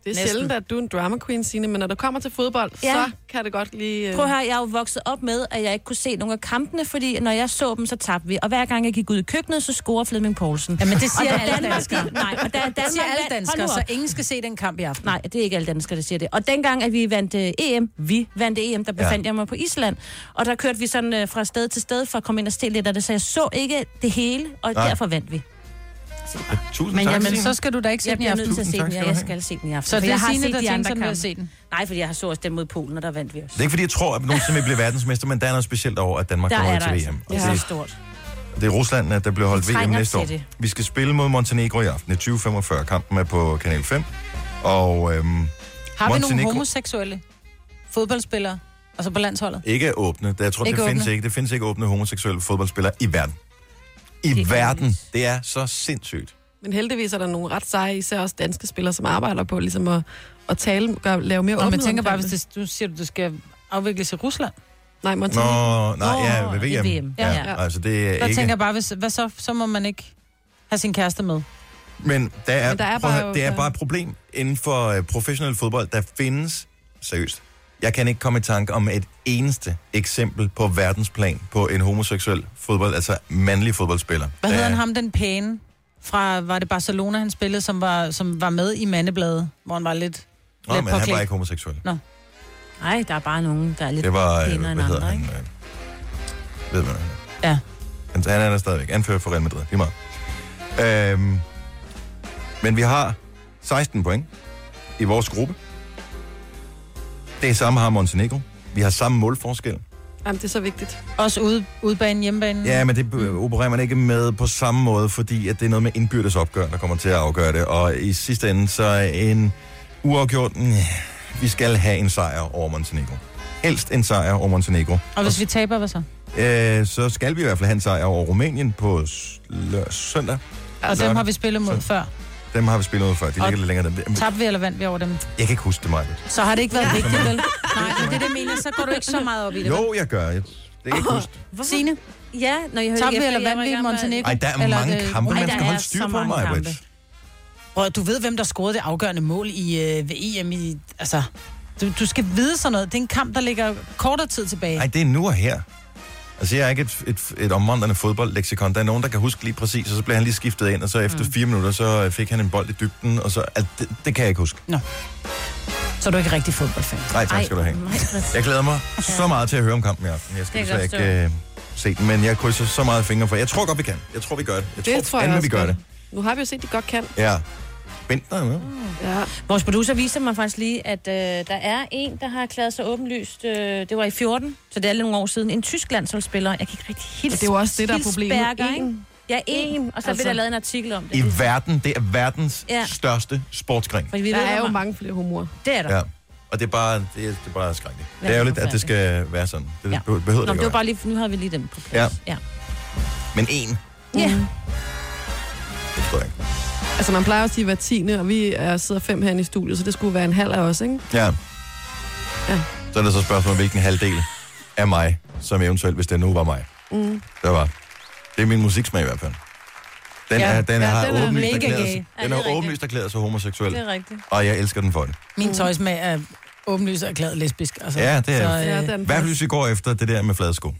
Speaker 2: Det er
Speaker 3: Næsten.
Speaker 2: sjældent, at du er en drama queen, Signe, men når det kommer til fodbold,
Speaker 3: Ja.
Speaker 2: så kan det godt lige... Øh...
Speaker 3: Prøv at høre, jeg er jo vokset op med, at jeg ikke kunne se nogle af kampene, fordi når jeg så dem, så tabte vi. Og hver gang jeg gik ud i køkkenet, så scorede Flemming Poulsen.
Speaker 4: Jamen, det siger
Speaker 3: Og da
Speaker 4: alle
Speaker 3: Danmark
Speaker 4: danskere.
Speaker 3: gik- Nej, og da Danmark
Speaker 4: Det siger alle
Speaker 3: vandt-
Speaker 4: danskere,
Speaker 3: Hold nu
Speaker 4: så
Speaker 3: op.
Speaker 4: ingen skal se den kamp i aften.
Speaker 3: Nej, det er ikke alle danskere, der siger det. Og dengang, at vi vandt uh, E M, vi vandt E M, der befandt
Speaker 1: Ja.
Speaker 3: jeg mig på Island. Og der kørte vi sådan uh, fra sted til sted for at komme ind og stille lidt af det, så jeg så ikke det hele, og
Speaker 1: Nej.
Speaker 3: derfor vandt vi.
Speaker 1: Tusind
Speaker 4: Men
Speaker 1: tak,
Speaker 4: jamen,
Speaker 1: Signe.
Speaker 4: så skal du da ikke se
Speaker 3: Jeg
Speaker 4: den i
Speaker 3: bliver
Speaker 4: aften.
Speaker 3: nødt til at
Speaker 1: Tusind
Speaker 3: se
Speaker 1: tak
Speaker 3: den.
Speaker 1: skal
Speaker 3: Ja,
Speaker 1: du
Speaker 3: jeg
Speaker 1: have.
Speaker 3: skal se den i aften.
Speaker 4: Så
Speaker 3: For
Speaker 4: det er
Speaker 3: jeg har
Speaker 4: Signe,
Speaker 3: set
Speaker 4: der
Speaker 3: de
Speaker 4: tænker
Speaker 3: andre
Speaker 4: sådan, ved at
Speaker 3: kampe.
Speaker 4: se den.
Speaker 3: Nej, fordi jeg har så også den mod Polen, og der vandt vi også.
Speaker 1: Det er ikke, fordi jeg tror, at nogen simpelthen bliver verdensmester, men der er noget specielt over, at Danmark
Speaker 3: Der
Speaker 1: kommer
Speaker 3: er
Speaker 1: ud
Speaker 3: der
Speaker 1: til
Speaker 3: altså.
Speaker 1: V M.
Speaker 3: Det
Speaker 1: Og
Speaker 3: er
Speaker 1: det,
Speaker 3: så stort.
Speaker 1: det er Rusland, at der bliver holdt
Speaker 3: Vi
Speaker 1: V M
Speaker 3: trænger
Speaker 1: næste år.
Speaker 3: til det.
Speaker 1: Vi skal spille mod Montenegro i aften i tyve femogfyrre. Kampen er på Kanal fem. Og øhm,
Speaker 4: Har vi nogle
Speaker 1: Montenegro-
Speaker 4: homoseksuelle fodboldspillere? Altså på landsholdet?
Speaker 1: ikke åbne. Det, jeg tror,
Speaker 4: Ikke
Speaker 1: det findes
Speaker 4: åbne.
Speaker 1: ikke. Det findes ikke åbne homoseksuelle fodboldspillere i verden. I
Speaker 3: Det er
Speaker 1: verden.
Speaker 3: heldigvis.
Speaker 1: Det er så sindssygt.
Speaker 2: Men heldigvis er der nogle ret seje, især også danske spillere, som arbejder på ligesom at, at tale, gøre, lave mere
Speaker 4: Nå, men
Speaker 2: åbenhed
Speaker 4: jeg tænker bare,
Speaker 2: omkring
Speaker 4: hvis det, du siger, at det skal afvikles i Rusland.
Speaker 2: Nej,
Speaker 1: Nå,
Speaker 2: Montenegro.
Speaker 1: nej, ja, ved
Speaker 3: i
Speaker 1: V M.
Speaker 3: V M.
Speaker 1: Ja,
Speaker 3: Ja.
Speaker 1: altså det er
Speaker 4: Der
Speaker 1: ikke...
Speaker 4: tænker jeg bare, hvis, hvad så? Så må man ikke have sin kæreste med.
Speaker 1: Men der er,
Speaker 2: Men der er
Speaker 1: prøv at
Speaker 2: bare
Speaker 1: høre,
Speaker 2: jo-
Speaker 1: det er
Speaker 2: ja.
Speaker 1: bare et problem inden for uh, professionel fodbold. Der findes, seriøst, jeg kan ikke komme i tanke om et eneste eksempel på verdensplan på en homoseksuel fodbold, altså mandlig fodboldspiller.
Speaker 4: Hvad hedder
Speaker 1: Der
Speaker 4: han
Speaker 1: er-
Speaker 4: ham, den pæne? Fra, var det Barcelona, han spillede, som var, som var med i Mandebladet, hvor han var lidt,
Speaker 1: Nå,
Speaker 4: lidt
Speaker 1: men han var
Speaker 4: påklædt.
Speaker 1: ikke homoseksuel.
Speaker 3: Nej, der er bare nogen, der er lidt
Speaker 1: Det var, øh,
Speaker 3: pænere
Speaker 1: hvad
Speaker 3: end
Speaker 1: hedder
Speaker 3: andre,
Speaker 1: han?
Speaker 3: ikke?
Speaker 1: øh, Ved man han er.
Speaker 4: Ja.
Speaker 1: Han, han er der stadigvæk. Anfører for Real Madrid. Lige meget. Øhm, men vi har seksten point i vores gruppe. Det er samme har Montenegro. Vi har samme målforskel.
Speaker 2: Jamen, det er så vigtigt.
Speaker 4: Også ude, udebane, hjemmebane.
Speaker 1: Ja, men det øh, opererer man ikke med på samme måde, fordi at det er noget med indbyrdes opgør, der kommer til at afgøre det. Og i sidste ende, så er en uafgjort... Mm, vi skal have en sejr over Montenegro. Helst en sejr over Montenegro.
Speaker 4: Og hvis vi taber, hvad så?
Speaker 1: Øh, så skal vi i hvert fald have en sejr over Rumænien på s- lø- søndag.
Speaker 4: Og dem har vi spillet mod
Speaker 1: Så-
Speaker 4: før.
Speaker 1: Dem har vi spillet ud før. De ligger
Speaker 4: Og
Speaker 1: lidt længere. Dem.
Speaker 4: Tabte vi eller vandt vi over dem?
Speaker 1: Jeg kan ikke huske det, Maja.
Speaker 4: Så har det ikke været vigtigt, vel? Nej, men det er det, jeg mener. Så går du ikke så meget op i det.
Speaker 1: Jo, jeg gør. Jeg, det kan jeg ikke huske.
Speaker 4: Signe,
Speaker 3: Ja, når jeg hører
Speaker 4: tabte vi
Speaker 3: efter,
Speaker 4: eller
Speaker 3: jeg
Speaker 4: vandt
Speaker 3: var
Speaker 4: vi
Speaker 3: i
Speaker 4: i
Speaker 3: gang med-
Speaker 4: Montenegro?
Speaker 1: Ej, der er
Speaker 4: Eller
Speaker 1: mange
Speaker 4: det-
Speaker 1: kampe,
Speaker 3: Ej,
Speaker 1: man
Speaker 3: der
Speaker 1: skal
Speaker 3: er
Speaker 1: holde
Speaker 3: så
Speaker 1: styr på,
Speaker 3: mange
Speaker 1: Maja.
Speaker 3: kampe.
Speaker 4: Prøv, du ved, hvem der scorede det afgørende mål i øh, ved E M i... Altså, du, du skal vide sådan noget. Det er en kamp, der ligger kortere tid tilbage.
Speaker 1: Nej, det er nu og her. Altså, jeg er ikke et, et, et omvandrende fodboldleksikon. Der er nogen, der kan huske lige præcis, og så bliver han lige skiftet ind, og så efter mm. fire minutter, så fik han en bold i dybden, og så... Altså, det, det kan jeg ikke huske.
Speaker 4: Så er du ikke rigtig fodboldfan.
Speaker 1: Nej, tak skal du have.
Speaker 3: nej, præcis.
Speaker 1: Jeg glæder mig så meget til at høre om kampen i aften. Jeg skal
Speaker 3: Det kan
Speaker 1: desværre
Speaker 3: jeg
Speaker 1: ikke øh, se den, men jeg krydser så meget fingre for. Jeg tror godt, vi kan. Jeg tror, vi gør det. Jeg
Speaker 2: Det
Speaker 1: tror,
Speaker 2: tror jeg
Speaker 1: fandme,
Speaker 2: også
Speaker 1: vi gør
Speaker 2: godt.
Speaker 1: det.
Speaker 2: Nu har vi jo set, at de godt kan.
Speaker 1: Ja. Bentner er med.
Speaker 2: Ja.
Speaker 3: Vores producer viste mig faktisk lige, at øh, der er en, der har erklæret sig åbenlyst. Øh, det var i fjorten, så det er lidt nogle år siden. En tysk landsholdsspiller. Jeg kan ikke rigtig hilse.
Speaker 2: Og det er jo også det, der er problemet.
Speaker 3: Hilsberger, ikke?
Speaker 2: En.
Speaker 3: Ja, en. Og så
Speaker 2: Altså.
Speaker 3: bliver der lavet en artikel om det.
Speaker 1: I
Speaker 3: Det-
Speaker 1: verden, det er verdens
Speaker 3: Ja.
Speaker 1: største sportsgren.
Speaker 3: Fordi vi
Speaker 2: Der
Speaker 3: ved,
Speaker 2: er jo
Speaker 3: hvor ma-
Speaker 2: mange flere homoer.
Speaker 3: Det er der.
Speaker 1: Ja. Og det er bare, det er, det er bare skrækkeligt.
Speaker 3: Ja,
Speaker 1: Det er jo
Speaker 3: det er
Speaker 1: lidt, at det skal være sådan. Det ja. behøver det
Speaker 3: Nå,
Speaker 1: ikke
Speaker 3: det
Speaker 1: at
Speaker 3: var bare
Speaker 1: være.
Speaker 3: lige, nu har vi lige dem på plads.
Speaker 1: Ja.
Speaker 3: ja.
Speaker 1: Men en,
Speaker 3: Ja.
Speaker 2: Mm.
Speaker 1: det forstår jeg ikke.
Speaker 2: Altså, man plejer at sige hver tiende, og vi er sidder fem herinde i studiet, så det skulle være en halv af os, ikke?
Speaker 1: Ja.
Speaker 2: Ja.
Speaker 1: Så er det så spørgsmålet, hvilken halvdel af mig, som eventuelt, hvis det nu var mig.
Speaker 2: Mm.
Speaker 1: Det var. Det er min musiksmag i hvert fald. Den,
Speaker 4: Ja.
Speaker 1: er, den
Speaker 2: Ja,
Speaker 1: har
Speaker 2: den er
Speaker 1: åbenlyst
Speaker 4: mega
Speaker 1: erklæret
Speaker 4: gay.
Speaker 1: sig,
Speaker 3: Ja,
Speaker 1: den
Speaker 3: det er
Speaker 1: er
Speaker 3: rigtigt.
Speaker 1: åbenlyst erklæret sig homoseksuel,
Speaker 3: Det er rigtigt.
Speaker 1: og jeg elsker den for det.
Speaker 4: Min tøjsmag er åbenlyst erklæret lesbisk. Altså.
Speaker 1: Ja, det er-
Speaker 4: Så,
Speaker 2: Ja,
Speaker 4: øh,
Speaker 2: det er den
Speaker 1: I hvert fald, hvis vi går efter det der med flade sko.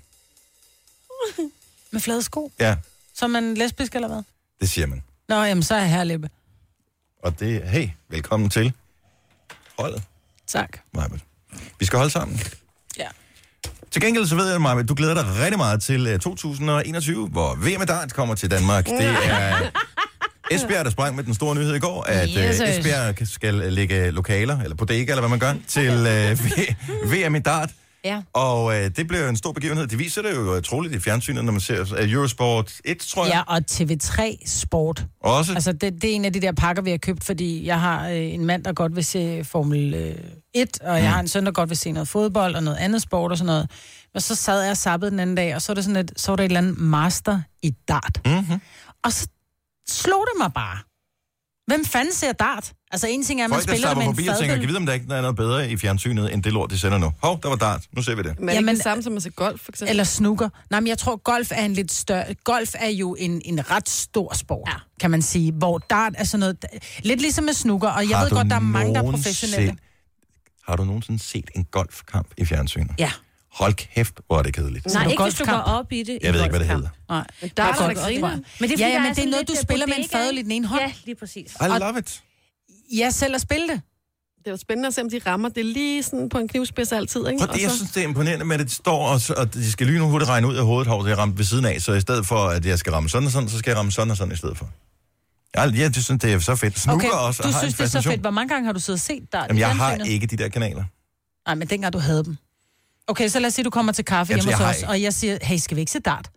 Speaker 4: med flade sko.
Speaker 1: Ja,
Speaker 4: Så er man lesbisk, eller hvad?
Speaker 1: det siger man.
Speaker 4: Nå, jamen, så er jeg herlippe.
Speaker 1: Og det er, hey, velkommen til holdet,
Speaker 4: Tak.
Speaker 1: Majbert. Vi skal holde sammen.
Speaker 4: Ja.
Speaker 1: Til gengæld så ved jeg, Majbert, du glæder dig rigtig meget til uh, to tusind og enogtyve, hvor V M Dart kommer til Danmark. Det er Esbjerg, der sprang med den store nyhed i går, at uh,
Speaker 4: Jesus.
Speaker 1: Esbjerg skal lægge lokaler, eller bodega, eller hvad man gør, til uh, V M i Dart.
Speaker 4: Ja.
Speaker 1: Og øh, det bliver en stor begivenhed. De viser det jo troligt i fjernsynet, når man ser uh, Eurosport et, tror jeg.
Speaker 4: Ja, og T V tre Sport.
Speaker 1: Også.
Speaker 4: Altså, det, det er en af de der pakker, vi har købt, fordi jeg har øh, en mand, der godt vil se Formel øh, et, og jeg har en søn, der godt vil se noget fodbold og noget andet sport og sådan noget. Og så sad jeg og sappede den anden dag, og så var, det sådan et, så var der et eller andet master i dart.
Speaker 1: Mm-hmm.
Speaker 4: Og så slog det mig bare. Hvem fanden ser dart? Altså, en ting er, at man
Speaker 1: Folk, der
Speaker 4: spiller det
Speaker 1: stapper
Speaker 4: med en
Speaker 1: forbi og tænker,
Speaker 4: fadøl.
Speaker 1: kan vide, om der ikke er noget bedre i fjernsynet, end det lort, de sender nu. Hov, der var dart. Nu ser vi det.
Speaker 2: Men er det
Speaker 4: Jamen,
Speaker 2: ikke det samme som at se golf, for eksempel?
Speaker 4: Eller snooker. Nej, men jeg tror, golf er en lidt større... Golf er jo en, en ret stor sport, ja. kan man sige. Hvor dart er sådan noget... Lidt ligesom med snooker, og jeg
Speaker 1: Har
Speaker 4: ved
Speaker 1: du
Speaker 4: godt, der er mange, der er
Speaker 1: nogensinde
Speaker 4: professionelle.
Speaker 1: set- Har du nogensinde set en golfkamp i fjernsynet?
Speaker 4: Ja.
Speaker 1: Hold kæft, hvor er det kedeligt.
Speaker 3: Nej,
Speaker 4: du
Speaker 3: ikke hvis du går
Speaker 4: golfkamp?
Speaker 3: op i det.
Speaker 1: Jeg ved ikke, hvad det hedder.
Speaker 4: Nej.
Speaker 2: Men der er
Speaker 4: godt
Speaker 2: der griner.
Speaker 3: Men det er, fordi,
Speaker 4: Ja, ja,
Speaker 3: der
Speaker 4: men det er
Speaker 3: sådan
Speaker 4: noget, du
Speaker 3: lidt,
Speaker 4: spiller med en
Speaker 3: bodega,
Speaker 4: fadøl i den ene hånd.
Speaker 3: Ja, lige præcis.
Speaker 1: I love it.
Speaker 4: Ja, selv at spille det.
Speaker 2: Det er jo spændende at se, om de rammer. Det er lige sådan på en knivspids altid, ikke?
Speaker 1: Fordi jeg synes, det er imponerende med, at det står, og, så, og de skal lyne hurtigt regne ud af hovedet, hvor jeg ramt ved siden af, så i stedet for, at jeg skal ramme sådan og sådan, så skal jeg ramme sådan og sådan i stedet for. Jeg, jeg synes, det er så fedt. Snooker
Speaker 4: Okay,
Speaker 1: også
Speaker 4: du
Speaker 1: har
Speaker 4: synes,
Speaker 1: en
Speaker 4: det er så
Speaker 1: fascination.
Speaker 4: fedt. Hvor mange gange har du siddet og set dart?
Speaker 1: Jamen,
Speaker 4: i
Speaker 1: jeg har
Speaker 4: fjernsynet?
Speaker 1: ikke de der kanaler.
Speaker 4: Nej, men dengang du havde dem. Okay, så lad os sige, du kommer til kaffe
Speaker 1: Jamen,
Speaker 4: hjemme
Speaker 1: jeg
Speaker 4: hos
Speaker 1: har
Speaker 4: os,
Speaker 1: ikke.
Speaker 4: og jeg siger, hey, skal vi ikke se dart?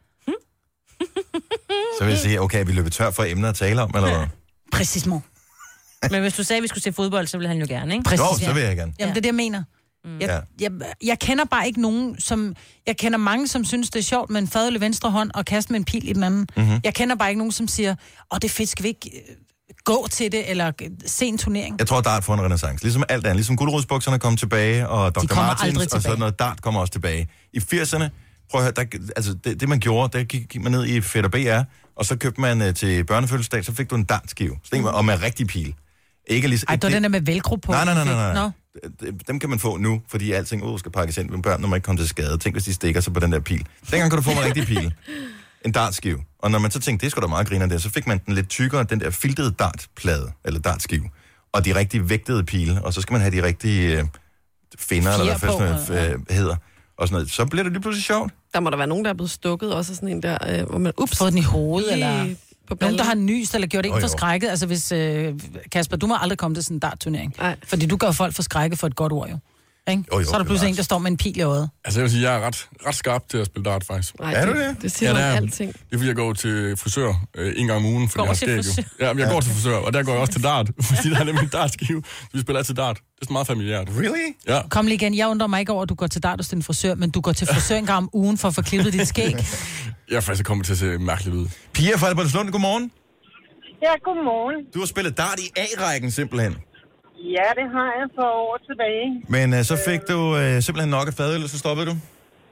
Speaker 1: Så vil jeg sige, okay, vi løber tør for emner at tale om, eller hvad?
Speaker 4: Præcis, mor.
Speaker 3: Men hvis du sagde, at vi skulle se fodbold, så ville han jo gerne, ikke?
Speaker 4: Præcis.
Speaker 1: Jo, så vil jeg gerne.
Speaker 4: Jamen, det er det, jeg mener. Jeg,
Speaker 1: Ja.
Speaker 4: jeg, jeg kender bare ikke nogen, som... Jeg kender mange, som synes, det er sjovt med en fadøl i venstre hånd og kaste med en pil i den anden.
Speaker 1: Mhm.
Speaker 4: Mm-hmm. Jeg kender bare ikke nogen, som siger, åh, det er fedt, skal vi ikke øh, gå til det, eller øh, se en turnering?
Speaker 1: Jeg tror, dart får en renaissance. Ligesom alt andet. Ligesom guldrodsbukserne kom tilbage, og doktor
Speaker 4: kommer
Speaker 1: Martins,
Speaker 4: aldrig
Speaker 1: og sådan
Speaker 4: tilbage.
Speaker 1: noget dart kommer også tilbage. I firserne, prøv at høre, der, altså det, det man gjorde, der gik, gik man ned i Fætter B R, og så købte man uh, til børnefødselsdag, så fik du en dartskive. Mm. Og med rigtig pil. Ikke ligesom,
Speaker 4: Ej, det var den der med velcro på.
Speaker 1: Nej, nej, nej, nej. nej.
Speaker 4: Nå.
Speaker 1: Dem kan man få nu, fordi alting oh, skal pakkes ind med børn, når man ikke kommer til skade. Tænk, hvis de stikker sig på den der pil. Dengang kunne du få en rigtig pil. En dartskive. Og når man så tænkte, det skulle da meget grine der, så fik man den lidt tykkere, den der filtede dartplade, eller dartskive. Og de rigtig vægtede pile, og så skal man have de rigtige øh, finder, eller hvad
Speaker 4: Fjer på,
Speaker 1: sådan noget øh, hedder. Og sådan noget. Så bliver det lige pludselig sjovt.
Speaker 2: Der må der være nogen, der er blevet stukket, også sådan en der, øh, hvor man, ups,
Speaker 4: Fået den i hovedet,
Speaker 2: lige
Speaker 4: eller...
Speaker 2: på
Speaker 4: Nogen, der har
Speaker 2: ballen.
Speaker 4: nyst eller gjort en
Speaker 1: Jo, jo.
Speaker 4: for skrækket. Altså hvis... Øh, Kasper, du må aldrig komme til sådan en dartturnering.
Speaker 2: Nej.
Speaker 4: Fordi du gør folk for skrækket for et godt ord, jo. Ikke?
Speaker 1: Jo, jo,
Speaker 4: så er der pludselig
Speaker 1: bevares.
Speaker 4: en, der står med en pil i øjet.
Speaker 7: Altså, jeg vil sige, jeg er ret, ret skarp til at spille dart, faktisk.
Speaker 2: Nej,
Speaker 1: Er du
Speaker 2: det?
Speaker 1: det?
Speaker 2: Det siger
Speaker 7: Ja,
Speaker 2: ja,
Speaker 7: det
Speaker 2: om
Speaker 7: er-
Speaker 2: alting.
Speaker 7: Det er, fordi jeg går til frisør øh, en gang om ugen, fordi
Speaker 3: Går
Speaker 7: jeg har
Speaker 3: til
Speaker 7: skæg jo.
Speaker 3: frisør?
Speaker 7: Ja, men jeg går til frisør, og der går jeg også til dart, fordi der er nemlig en dartskive. Vi spiller altid dart. Det er sådan meget familiært.
Speaker 1: Really?
Speaker 7: Ja.
Speaker 4: Kom lige igen. Jeg undrer mig ikke over, at du går til dart hos din frisør, men du går til frisør en gang om ugen for at få klippet dit skæg.
Speaker 7: Jeg er faktisk kommet til at se mærkeligt ud.
Speaker 1: Pia fra Albertslund, godmorgen.
Speaker 8: Ja, godmorgen.
Speaker 1: Du har spillet dart i A-rækken simpelthen.
Speaker 8: Ja, det har jeg for år tilbage.
Speaker 1: Men øh, så fik du øh, simpelthen nok af fadøl, og så stoppede du?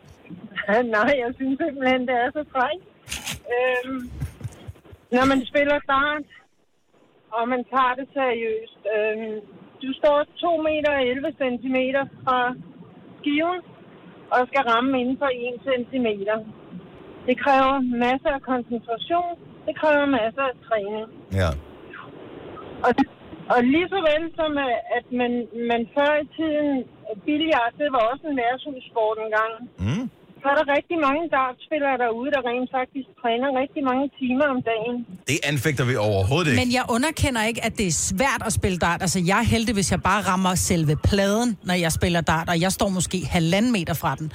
Speaker 8: Nej, jeg synes simpelthen, det er så frækt. Øhm, når man spiller dart, og man tager det seriøst. Øhm, du står to meter og elleve centimeter fra skiven, og skal ramme inden for en centimeter. Det kræver masser af koncentration. Det kræver masser af træning.
Speaker 1: Ja.
Speaker 8: Og, og lige så vel som, at man, man før i tiden, billiard, det var også en værtshussport engang.
Speaker 1: Mm.
Speaker 8: Så er der rigtig mange dartspillere derude, der rent faktisk træner rigtig mange timer om dagen.
Speaker 1: Det anfægter vi overhovedet ikke.
Speaker 4: Men jeg underkender ikke, at det er svært at spille dart. Altså, jeg er heldig, hvis jeg bare rammer selve pladen, når jeg spiller dart, og jeg står måske halvanden meter fra den.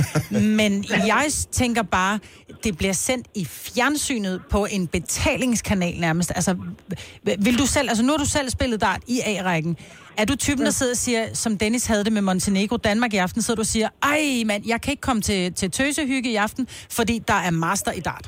Speaker 4: Men jeg tænker bare, det bliver sendt i fjernsynet på en betalingskanal nærmest. Altså, vil du selv, altså nu har du selv spillet dart i A-rækken. Er du typen, der sidder og siger, som Dennis havde det med Montenegro, Danmark i aften, sidder du og siger, ej mand, jeg kan ikke komme til, til tøsehygge i aften, fordi der er master i dart.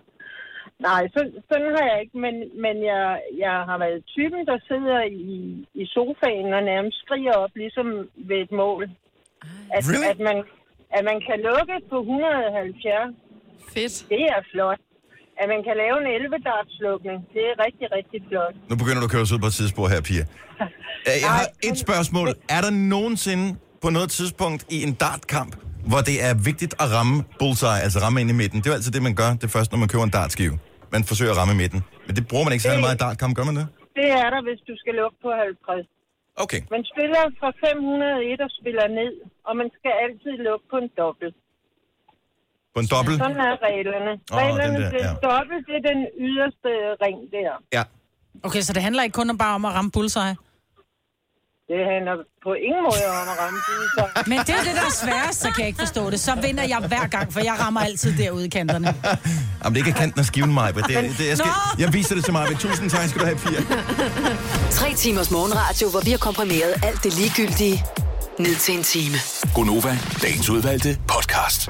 Speaker 8: Nej, så, sådan har jeg ikke, men, men jeg, jeg har været typen, der sidder i, i sofaen og nærmest skriger op, ligesom ved et mål. At,
Speaker 1: Really?
Speaker 8: at, man, at man kan lukke på et hundrede og halvfjerds,
Speaker 2: Fedt.
Speaker 8: det er flot. At man kan lave en elleve-dartslukning, det er rigtig, rigtig flot.
Speaker 1: Nu begynder du at køre os ud på et tidsspor her, Pia. Øh, Jeg har et spørgsmål. Er der nogensinde på noget tidspunkt i en dartkamp, hvor det er vigtigt at ramme bullseye, altså ramme ind i midten? Det er jo altid det, man gør det første, når man køber en dartskive. Man forsøger at ramme i midten. Men det bruger man ikke særlig meget i dartkamp, gør man det?
Speaker 8: Det er der, hvis du skal lukke på halvtreds.
Speaker 1: Okay.
Speaker 8: Man spiller fra fem hundrede og en og spiller ned, og man skal altid lukke på en dobbelt.
Speaker 1: På en dobbelt?
Speaker 8: Sådan er reglerne.
Speaker 1: Åh,
Speaker 8: Reglerne
Speaker 1: den der,
Speaker 8: til
Speaker 1: ja.
Speaker 8: dobbelt, det er den yderste ring der.
Speaker 1: Ja.
Speaker 4: Okay, så det handler ikke kun om bare om at ramme bullseye?
Speaker 8: Det handler på ingen måde om at ramme bullseye.
Speaker 4: Men det er det, der er sværest, så kan jeg ikke forstå det. Så vinder jeg hver gang, for jeg rammer altid derude i kanterne.
Speaker 1: Jamen, det er ikke kanten af skiven, Maja. Det, er- det, jeg, skal, jeg viser det til Maja. Tusind tak skal du have, Pia.
Speaker 5: Tre timers morgenradio, hvor vi har komprimeret alt det ligegyldige ned til en time.
Speaker 6: Gonova, dagens udvalgte podcast.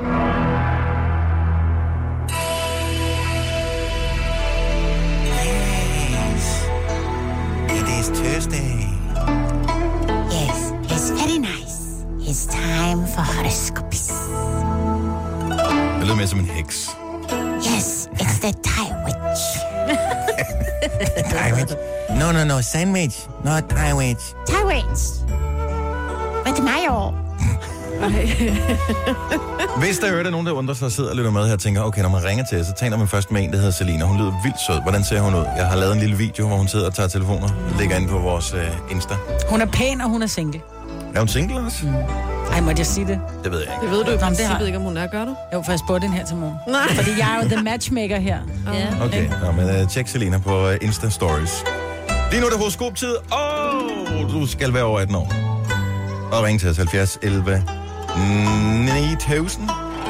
Speaker 1: Det lyder mere som en heks.
Speaker 9: Yes, it's the Thai witch.
Speaker 1: Thai witch. No, no, no, sandwich. Not Thai witch.
Speaker 9: Thai witch. Hvad er det mig over?
Speaker 1: Hvis der er nogen, der undrer sig og sidder og lytter med her og tænker, okay, når man ringer til, så taler man først med en, der hedder Selina. Hun lyder vildt sød. Hvordan ser hun ud? Jeg har lavet en lille video, hvor hun sidder og tager telefoner. Det ligger inde på vores uh, Insta.
Speaker 4: Hun er pæn, og hun er single.
Speaker 1: Er hun single også? Mm.
Speaker 4: Ej, måtte jeg sige det?
Speaker 1: Det ved jeg ikke.
Speaker 2: Det ved du i princippet
Speaker 4: har...
Speaker 2: ikke, om hun er, gør du?
Speaker 4: Jo, for jeg spurgte den her til morgen.
Speaker 2: Nej.
Speaker 4: Fordi jeg er jo the matchmaker her.
Speaker 3: Ja.
Speaker 1: Okay, nå, men uh, tjek Selina på uh, Insta Stories. Lige nu er det horoskoptid. Åh, oh, du skal være over atten år. Og ring til os halvfjerds elleve ni tusind.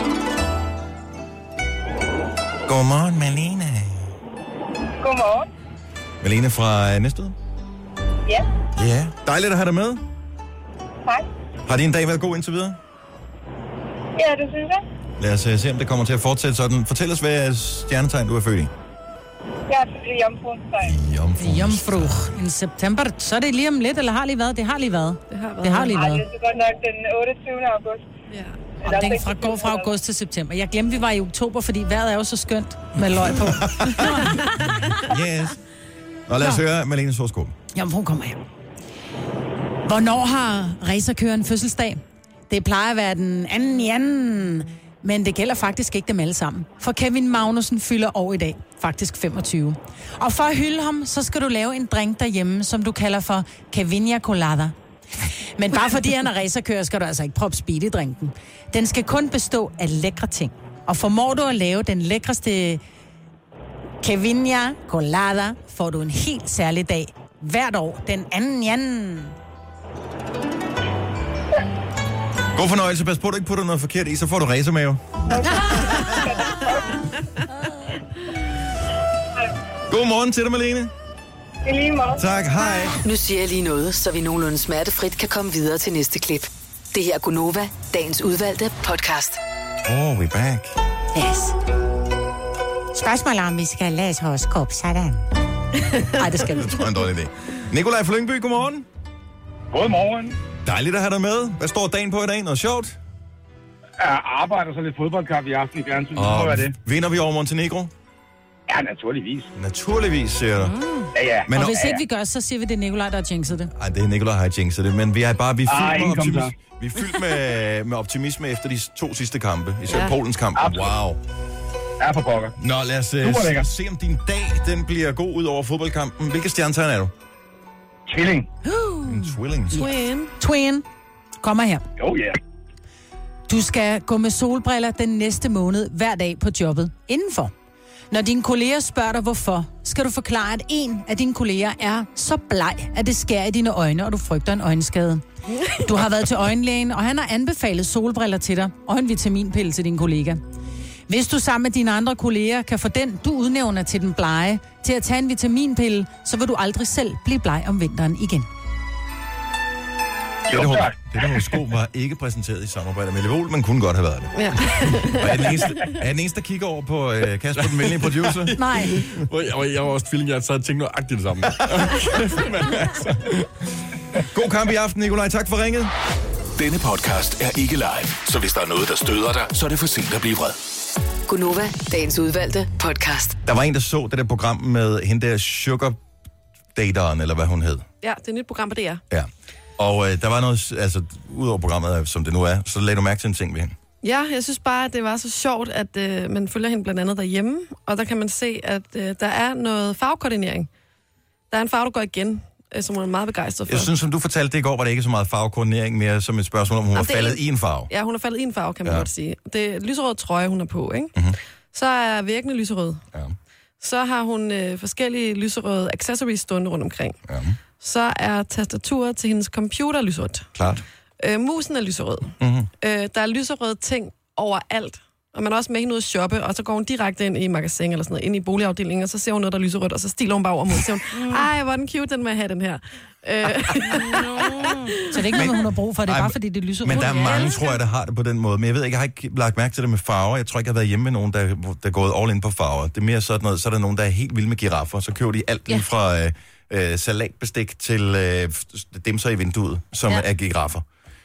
Speaker 1: Godmorgen, Malene.
Speaker 8: Godmorgen.
Speaker 1: Malene fra Næstved?
Speaker 8: Ja.
Speaker 1: Ja. Dejligt at have dig med.
Speaker 8: Tak.
Speaker 1: Har din dag været god indtil videre?
Speaker 8: Ja, det synes jeg.
Speaker 1: Lad os uh, se, om det kommer til at fortsætte sådan. Fortæl os, hvad stjernetegn du er født i.
Speaker 8: Jeg er født i jomfru.
Speaker 1: Jomfru.
Speaker 4: Jomfru. En september. Så er det lige om lidt, eller har lige været? Det har lige været.
Speaker 2: Det har været.
Speaker 4: Det har lige
Speaker 8: Ej,
Speaker 4: været.
Speaker 8: det er godt nok den otteogtyvende august.
Speaker 2: Ja.
Speaker 4: Og den fra, går fra august til september. Jeg glemte, vi var i oktober, fordi vejret er jo så skønt med løg på.
Speaker 1: Yes. Og lad os høre Malenes horoskop.
Speaker 4: Jamen, hun kommer her. Hvornår har racerkøren fødselsdag? Det plejer at være den anden i anden, men det gælder faktisk ikke dem alle sammen. For Kevin Magnussen fylder år i dag, faktisk femogtyve. Og for at hylde ham, så skal du lave en drink derhjemme, som du kalder for Kevinia Colada. Men bare fordi han er racerkører, skal du altså ikke proppe speed i drinken. Den skal kun bestå af lækre ting. Og formår du at lave den lækreste Kevinia Colada, får du en helt særlig dag hvert år, den anden januar.
Speaker 1: God fornøjelse. Pas på, du ikke putter noget forkert i, så får du racermave. God morgen til dig, Malene.
Speaker 8: I lige måde.
Speaker 1: Tak, hej.
Speaker 5: Nu siger jeg lige noget, så vi nogenlunde smertefrit kan komme videre til næste klip. Det her er Gunova, dagens udvalgte podcast.
Speaker 1: Oh, we're back.
Speaker 9: Yes. Spørgsmålet om, vi skal læse horoskop, sådan.
Speaker 4: Nej, det skal vi.
Speaker 1: Det tror jeg er en dårlig idé. Nikolaj fra Lyngby, godmorgen.
Speaker 10: Godmorgen.
Speaker 1: Dejligt at have dig med. Hvad står dagen på i dag? Noget sjovt?
Speaker 10: Jeg arbejder så lidt fodboldkamp i aften i fjernsynet.
Speaker 1: Og
Speaker 10: Hvor er det?
Speaker 1: vinder vi over Montenegro?
Speaker 10: Ja, naturligvis.
Speaker 1: Naturligvis, siger du. Mm.
Speaker 10: Ja, ja.
Speaker 1: Men
Speaker 4: Og
Speaker 1: nu-
Speaker 4: hvis ikke vi gør, så siger vi, det er Nikolaj, der har jinxet det.
Speaker 1: Ej, det er Nikolaj, der har jinxet det. Men vi er bare vi er
Speaker 10: Ej,
Speaker 1: fyldt med
Speaker 10: ingen
Speaker 1: optimisme.
Speaker 10: kommentar.
Speaker 1: Vi er fyldt med, med optimisme efter de to sidste kampe. Især
Speaker 2: Ja.
Speaker 1: Polens kamp.
Speaker 10: Absolut.
Speaker 1: Wow.
Speaker 10: Ja, for pokker.
Speaker 1: Nå, lad os uh,
Speaker 10: Super lækkert.
Speaker 1: se, om din dag den bliver god ud over fodboldkampen. Hvilke stjernetegn er du?
Speaker 10: Tvilling.
Speaker 1: En tvilling.
Speaker 2: Twin.
Speaker 4: Twin, kommer her.
Speaker 10: Jo, ja.
Speaker 4: Du skal gå med solbriller den næste måned hver dag på jobbet indenfor. Når dine kolleger spørger dig hvorfor, skal du forklare, at en af dine kolleger er så bleg, at det skærer i dine øjne, og du frygter en øjenskade. Du har været til øjenlægen, og han har anbefalet solbriller til dig, og en vitaminpille til din kollega. Hvis du sammen med dine andre kolleger kan få den, du udnævner til den blege, til at tage en vitaminpille, så vil du aldrig selv blive bleg om vinteren igen.
Speaker 1: Det
Speaker 10: Jo,
Speaker 1: der,
Speaker 10: tak.
Speaker 1: det der horoskop var ikke præsenteret i samarbejde med Levol, men kunne godt have været det.
Speaker 2: Ja.
Speaker 1: Og er den eneste, er den eneste der kigger over på uh, Kasper, den venlige producer?
Speaker 4: Nej.
Speaker 7: Hvor Jeg, var- jeg var også feeling, jeg sad og tænkte noget agtigt det samme.
Speaker 1: God kamp i aften, Nikolaj. Tak for ringet.
Speaker 6: Denne podcast er ikke live, så hvis der er noget, der støder dig, så er det for sent at blive vred.
Speaker 5: Gunova, dagens udvalgte podcast.
Speaker 1: Der var en, der så det der program med hende der Sugar Dateren, eller hvad hun hed.
Speaker 2: Ja, det er et nyt program på D R.
Speaker 1: Ja. Og øh, der var noget, altså udover programmet, som det nu er, så lagde du mærke til en ting ved hende.
Speaker 2: Ja, jeg synes bare, at det var så sjovt, at øh, man følger hende blandt andet derhjemme, og der kan man se, at øh, der er noget farvekoordinering. Der er en farve, der går igen, øh, som hun er meget begejstret for.
Speaker 1: Jeg synes, som du fortalte det i går, var det ikke så meget farvekoordinering, mere som et spørgsmål, om hun
Speaker 2: Jamen,
Speaker 1: var
Speaker 2: det er
Speaker 1: faldet
Speaker 2: en-
Speaker 1: i en farve.
Speaker 2: Ja, hun er faldet i en farve, kan man
Speaker 1: Ja.
Speaker 2: godt sige. Det er lyserød trøje, hun er på, ikke?
Speaker 1: Mhm.
Speaker 2: Så er væggene lyserød.
Speaker 1: Ja.
Speaker 2: Så har hun øh, forskellige lyserøde accessories stående rundt omkring.
Speaker 1: Ja,
Speaker 2: Så er tastaturet til hendes computer lyserødt.
Speaker 1: klart.
Speaker 2: Øh, musen er lyserød.
Speaker 1: Mhm.
Speaker 2: Øh, der er lyserøde ting overalt. Og man er også med hende ud at shoppe, og så går hun direkte ind i magasin eller sådan noget, ind i boligafdelingen, og så ser hun noget, der er lyserødt, og så stiler hun bare over mod, og siger hun, ej, hvor er den cute, den må jeg have, den her. Øh,
Speaker 4: Så det er ikke noget, hun har brug for, det er
Speaker 1: Ej,
Speaker 4: bare fordi, det er lyserødt.
Speaker 1: Men der er mange, tror jeg, der har det på den måde. Men jeg ved ikke, jeg har ikke lagt mærke til det med farver. Jeg tror ikke, jeg har været hjemme med nogen, der, der er gået all in på farver. Det er mere sådan noget, så er der nogen, der er helt vilde med giraffer. Så køber de alt lige fra øh, øh, salatbestik til øh, dem så i vinduet, som ja. er giraffer.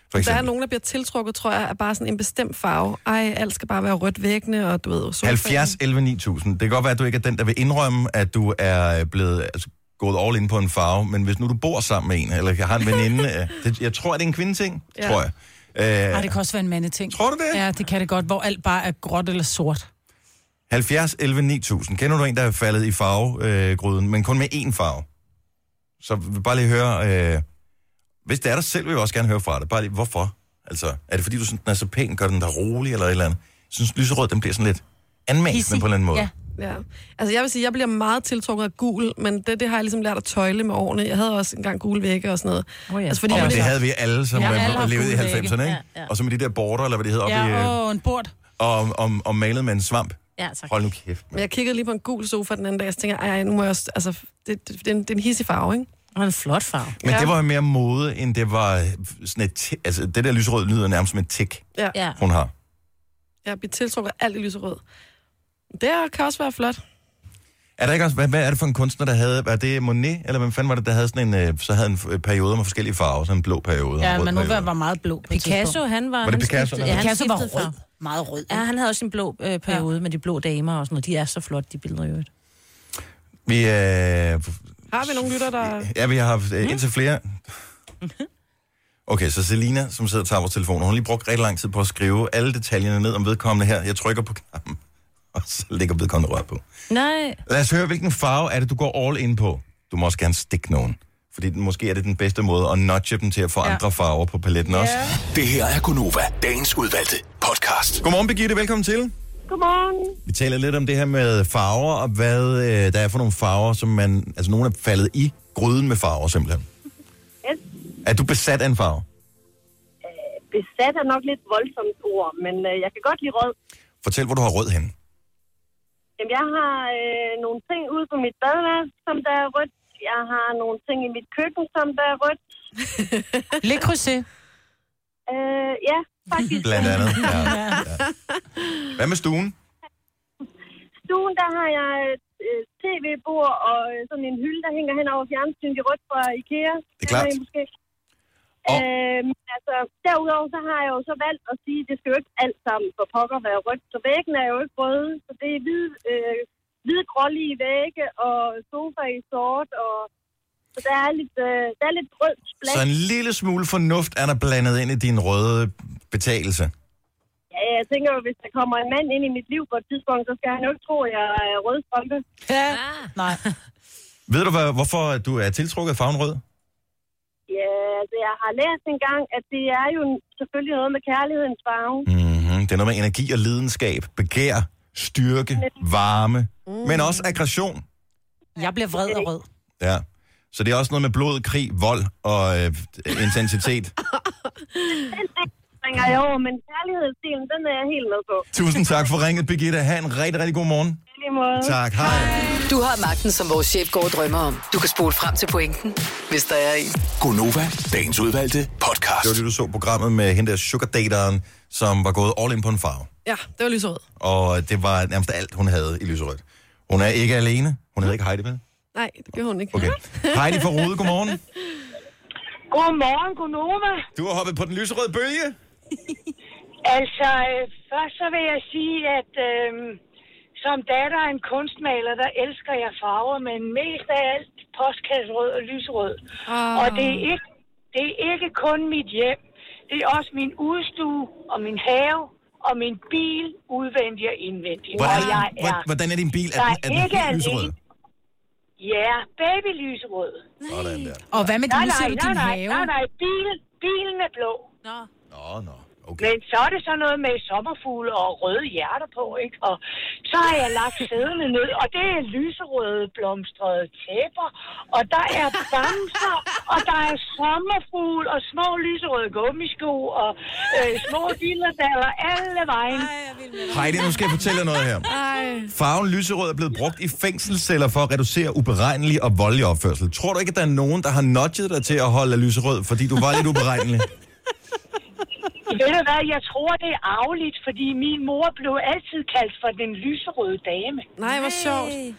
Speaker 2: Der er nogen, der bliver tiltrukket, tror jeg, af bare sådan en bestemt farve. Ej, alt skal bare være rødt væggende, og du ved... Sofaen.
Speaker 1: halvfjerds elleve ni tusind. Det kan godt være, at du ikke er den, der vil indrømme, at du er blevet altså, gået all in på en farve, men hvis nu du bor sammen med en, eller har en veninde... det, jeg tror, det er en kvindeting, ja. tror jeg. Øh,
Speaker 4: Ej, det kan også være en mandeting.
Speaker 1: Tror du det?
Speaker 4: Ja, det kan det godt, hvor alt bare er gråt eller sort.
Speaker 1: halvfjerds elleve ni tusind. Kender du en, der er faldet i farvegryden, øh, men kun med én farve? Så vil bare lige høre... Øh, hvis det er dig selv, vil jeg også gerne høre fra dig. Bare lige, hvorfor? Altså, er det fordi, du synes, den er så pæn, gør den der rolig eller et eller andet? Jeg synes, lyserød, den bliver sådan lidt anmægtende på en eller anden måde.
Speaker 2: Ja. Ja. Altså, jeg vil sige, jeg bliver meget tiltrukket af gul, men det, det har jeg ligesom lært at tøjle med årene. Jeg havde også engang gule vægge og sådan noget.
Speaker 3: Oh, ja.
Speaker 2: Altså, fordi
Speaker 1: og
Speaker 2: jeg
Speaker 1: det havde vi alle, som
Speaker 4: ja,
Speaker 1: ja,
Speaker 4: alle
Speaker 1: levede i halvfemserne, ikke? Ja, ja. Og så med de der border, eller hvad det hedder,
Speaker 4: ja,
Speaker 1: op i...
Speaker 4: Ja, og en bord.
Speaker 1: Og, og, og malet med en svamp.
Speaker 3: Ja, tak.
Speaker 1: Hold nu kæft.
Speaker 2: Men jeg kiggede lige på en gul sofa den anden dag, og så tænkte jeg, ej, nu må jeg også... Altså, det, det, det, er en, det er en hissig farve, ikke?
Speaker 3: Og en flot farve.
Speaker 1: Men
Speaker 2: ja.
Speaker 1: det var jo mere mode, end det var sådan et... Altså, det der lyserød lyder nærmest som et tik,
Speaker 2: ja.
Speaker 1: hun har.
Speaker 2: Jeg bliver tiltrukket af alt i lyserød. Det kan også være flot.
Speaker 1: Er der ikke også... Hvad, hvad er det for en kunstner, der havde... Er det Monet, eller hvem fanden var det, der havde sådan en... Så havde en periode med forskellige farver, sådan en blå periode.
Speaker 4: Ja, men nu var meget blå.
Speaker 3: Picasso, han var...
Speaker 1: Var det Picasso?
Speaker 3: Skiftede, ja, han
Speaker 4: Picasso var rød.
Speaker 3: Farve.
Speaker 4: Meget rød.
Speaker 3: Ja, han havde også en blå øh, periode ja. med de blå damer og sådan noget. De er så flotte, de billeder i øvrigt.
Speaker 1: Vi... Øh,
Speaker 2: har vi nogle lytter, der...
Speaker 1: Ja, vi har haft øh, indtil flere... Okay, så Selina, som sidder og tager vores telefon, hun har lige brugt rigtig lang tid på at skrive alle detaljerne ned om vedkommende her. Jeg trykker på knappen, og så lægger vedkommende rør på.
Speaker 3: Nej.
Speaker 1: Lad os høre, hvilken farve er det, du går all in på. Du må også gerne stikke nogen. Fordi måske er det den bedste måde at nudge dem til at få ja. andre farver på paletten også.
Speaker 6: Yeah. Det her er Gunova, dagens udvalgte podcast.
Speaker 1: Godmorgen, Birgitte. Velkommen til.
Speaker 8: Godmorgen.
Speaker 1: Vi taler lidt om det her med farver, og hvad øh, der er for nogle farver, som man... Altså, nogen er faldet i gryden med farver, simpelthen.
Speaker 8: Yes.
Speaker 1: Er du besat af en farve?
Speaker 8: Øh, besat er nok lidt voldsomt ord, men øh, jeg kan godt lide rød.
Speaker 1: Fortæl, hvor du har rød hen.
Speaker 8: Jamen, jeg har øh, nogle ting ude på mit badeværelse, som der er rødt. Jeg har nogle ting i mit køkken, som der er rødt.
Speaker 4: Le Creuset.
Speaker 8: Øh, ja, faktisk.
Speaker 1: Blandt andet, ja. ja. Hvad med stuen?
Speaker 8: Stuen, der har jeg et øh, tv-bord og øh, sådan en hylde, der hænger hen over fjernsynet i rødt fra IKEA.
Speaker 1: Det er klart.
Speaker 8: Måske. Og... Øh, altså, derudover så har jeg jo så valgt at sige, at det skal jo ikke alt sammen for pokker være rødt. Så væggen er jo ikke røde, så det er hvide, øh, hvide grålige vægge og sofa i sort. Og... Så der er lidt, øh, der er lidt rød splat.
Speaker 1: Så en lille smule fornuft er der blandet ind i din røde betalelse?
Speaker 8: Ja, jeg tænker jo, hvis der kommer en mand ind i mit liv på et tidspunkt, så skal han jo ikke tro, at jeg er rødstrømpe.
Speaker 4: Ja, nej.
Speaker 1: Ved du, hvad, hvorfor du er tiltrukket af farven rød?
Speaker 8: Ja, altså jeg har læst engang, at det er jo selvfølgelig noget med kærlighedens farve.
Speaker 1: Mm-hmm. Det er noget med energi og lidenskab, begær, styrke, varme, mm. men også aggression.
Speaker 4: Jeg bliver vred og rød.
Speaker 1: Ja, så det er også noget med blod, krig, vold og øh, intensitet.
Speaker 8: Den jeg over, men kærlighedsstilen, den er jeg helt med på.
Speaker 1: Tusind tak for ringet, Birgitte. Ha' en rigtig, rigtig god morgen.
Speaker 8: Lige måde.
Speaker 1: Tak, hej.
Speaker 5: Du har magten, som vores chef går og drømmer om. Du kan spole frem til pointen, hvis der er en.
Speaker 6: Gunova, dagens udvalgte podcast.
Speaker 1: Det var det, du så programmet med hende der sugardateren, som var gået all in på en farve.
Speaker 2: Ja, det var lyserød.
Speaker 1: Og det var nærmest alt, hun havde i lyserødt. Hun er ikke alene. Hun hedder ikke Heidi, vel?
Speaker 2: Nej, det gjorde hun ikke.
Speaker 1: Okay. Heidi fra Rude, godmorgen.
Speaker 8: Godmorgen, Gunova.
Speaker 1: Du har hoppet på den lyserøde bølge.
Speaker 11: Altså, øh, først så vil jeg sige, at øh, som datter af en kunstmaler, der elsker jeg farver, men mest af alt postkasserød og lyserød. Oh. Og det er, ikke, det er ikke kun mit hjem. Det er også min udstue og min have og min bil udvendig og indvendig.
Speaker 1: Hvordan,
Speaker 11: og jeg er,
Speaker 1: hvordan er din bil? Er den, er den
Speaker 11: ikke
Speaker 1: helt lyserød?
Speaker 11: Ja, babylyserød.
Speaker 1: Sådan der.
Speaker 4: Og hvad med
Speaker 11: nej,
Speaker 4: din,
Speaker 11: nej,
Speaker 4: siger du, din
Speaker 11: nej,
Speaker 4: have?
Speaker 11: Nej, nej, bilen, bilen er blå.
Speaker 3: Nå.
Speaker 1: Nå, nå. Okay.
Speaker 11: Men så er det så noget med sommerfugle og røde hjerter på, ikke? Og så har jeg lagt sæderne ned, og det er lyserøde blomstrede tæpper, og der er bamser, og der er sommerfugle og små lyserøde gummisko og øh, små dillerdaller alle vejen.
Speaker 1: Heidi, nu skal jeg fortælle dig noget her.
Speaker 2: Ej.
Speaker 1: Farven lyserød er blevet brugt i fængselsceller for at reducere uberegnelig og voldelig opførsel. Tror du ikke, at der er nogen, der har nudget dig til at holde lyserød, fordi du var lidt uberegnelig?
Speaker 11: Ved du hvad, jeg tror, det er arveligt, fordi min mor blev altid kaldt for den lyserøde dame.
Speaker 2: Nej, hvor sjovt.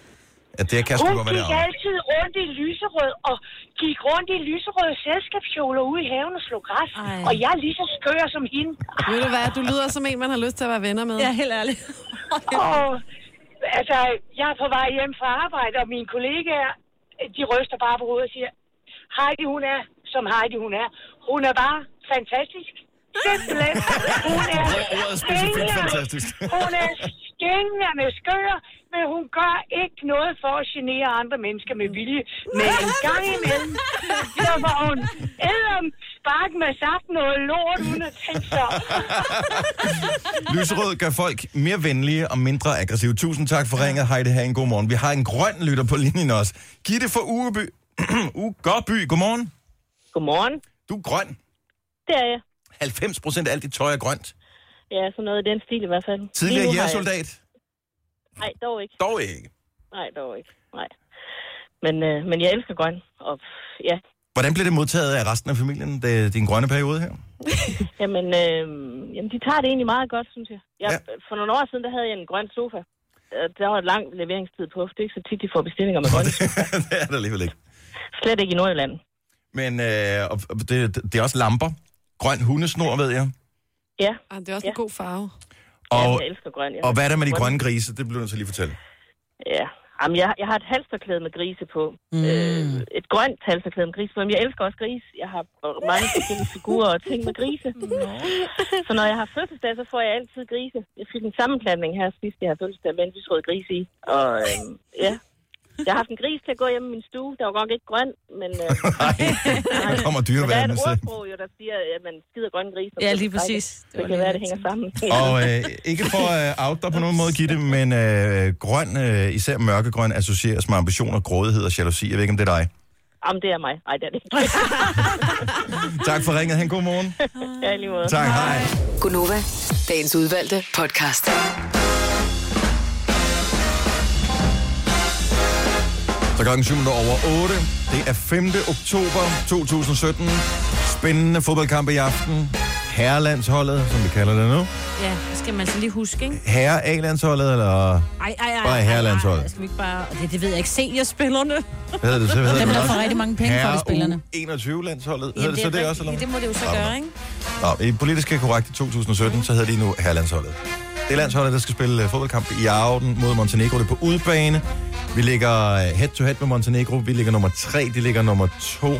Speaker 1: Ja, det kan sgu
Speaker 11: Hun
Speaker 1: godt være,
Speaker 11: gik
Speaker 1: det er
Speaker 11: altid rundt i lyserød, og gik rundt i lyserøde selskabskjoler ude i haven og slog græs. Ej. Og jeg er lige så skør som hende.
Speaker 2: Ved du hvad, du lyder som en, man har lyst til at være venner med.
Speaker 3: Ja, helt ærligt.
Speaker 11: Og, altså, jeg er på vej hjem fra arbejde, og mine kollegaer, de ryster bare på hovedet og siger, Heidi, hun er, som Heidi, hun er. Hun er bare fantastisk. Simpelthen. Hun er
Speaker 1: fantastisk.
Speaker 11: Hun er skængende skør, men hun gør ikke noget for at genere andre mennesker med vilje. Men en gang imellem, så var hun ædom spark med saften og lort, uden at tænke sig.
Speaker 1: Lyserød gør folk mere venlige og mindre aggressive. Tusind tak for ringet, Heidi. Ha' en god morgen. Vi har en grøn lytter på linjen også. Gitte fra Ugeby. Ugeby, godmorgen.
Speaker 12: Godmorgen.
Speaker 1: Du er grøn.
Speaker 12: Det er jeg.
Speaker 1: halvfems procent af alt dit tøj er grønt.
Speaker 12: Ja, sådan noget i den stil i hvert fald.
Speaker 1: Tidligere jægersoldat?
Speaker 12: Nej, dog ikke.
Speaker 1: Dog ikke?
Speaker 12: Nej, dog ikke. Nej. Men, øh, men jeg elsker grøn, og ja.
Speaker 1: Hvordan blev det modtaget af resten af familien, det, din grønne periode her?
Speaker 12: jamen, øh, jamen, de tager det egentlig meget godt, synes jeg. jeg ja. For nogle år siden, der havde jeg en grøn sofa. Der var et lang leveringstid på, det er ikke så tit, de får bestillinger med grønne sofa.
Speaker 1: Det er der alligevel ikke.
Speaker 12: Slet ikke i Nordjylland.
Speaker 1: Men øh, det, det er også lamper. Grøn hundesnor, ved jeg.
Speaker 12: Ja.
Speaker 2: Ah, det er også
Speaker 12: ja.
Speaker 2: en god farve.
Speaker 1: Og,
Speaker 12: ja, jeg elsker grøn. Jeg
Speaker 1: og hvad er der med de grønne grise? Det bliver du så lige fortælle.
Speaker 12: Ja, jamen, jeg, jeg har et halsterklæde med grise på. Mm. Øh, et grønt halsterklæde med grise på. Men jeg elsker også gris. Jeg har mange forskellige figurer og ting med grise. Mm. Så når jeg har fødselsdag, så får jeg altid grise. Jeg fik en sammenplantning her sidst, jeg har fødselsdag med en lysrød gris i. Og øh, ja... Jeg har haft en gris til at gå hjemme i min stue. Der var godt ikke grøn, men... Øh,
Speaker 1: nej, der kommer dyreverden.
Speaker 12: Men der er et ordsprog, jo, der siger, at man skider grønne gris.
Speaker 3: Ja, lige præcis.
Speaker 12: Det, det kan være, det hænger sammen.
Speaker 1: Og øh, ikke for at uh, out dig på nogen måde, Gitte, men øh, grøn, øh, især mørkegrøn, associeres med ambitioner, grådighed og jalousi. Jeg ved ikke, om det er dig.
Speaker 12: Jamen, det er mig. Nej, det er det ikke.
Speaker 1: Tak for ringet. Ha' en god morgen.
Speaker 12: Ja, lige måde.
Speaker 1: Tak, hej.
Speaker 5: Gunova, dagens udvalgte podcast.
Speaker 1: Så klokken syv over otte. Det er femte oktober to tusind sytten. Spændende fodboldkamp i aften. Herrelandsholdet, som vi kalder det nu.
Speaker 3: Ja, det skal man så lige huske, ikke?
Speaker 1: Herre A-landsholdet, eller
Speaker 3: ej, ej, ej,
Speaker 1: bare herrelandsholdet?
Speaker 3: Skal vi ikke bare... Det, det ved jeg ikke. Seniorspillerne.
Speaker 1: Hvad hedder det så? Hvad hedder
Speaker 4: Dem,
Speaker 1: det
Speaker 4: der
Speaker 1: også?
Speaker 4: får rigtig mange penge for de spillerne.
Speaker 1: Herre U enogtyve-landsholdet.
Speaker 3: Ja,
Speaker 1: Hedder det så det
Speaker 3: rigtigt.
Speaker 1: også? Eller?
Speaker 3: Det må det jo så gøre, ikke?
Speaker 1: Nå, i politisk korrekt i to tusind sytten, så hedder de nu herrelandsholdet. Det er landsholdet, der skal spille fodboldkamp i aften mod Montenegro. Det er på udebane. Vi ligger head-to-head med Montenegro. Vi ligger nummer tre, de ligger nummer to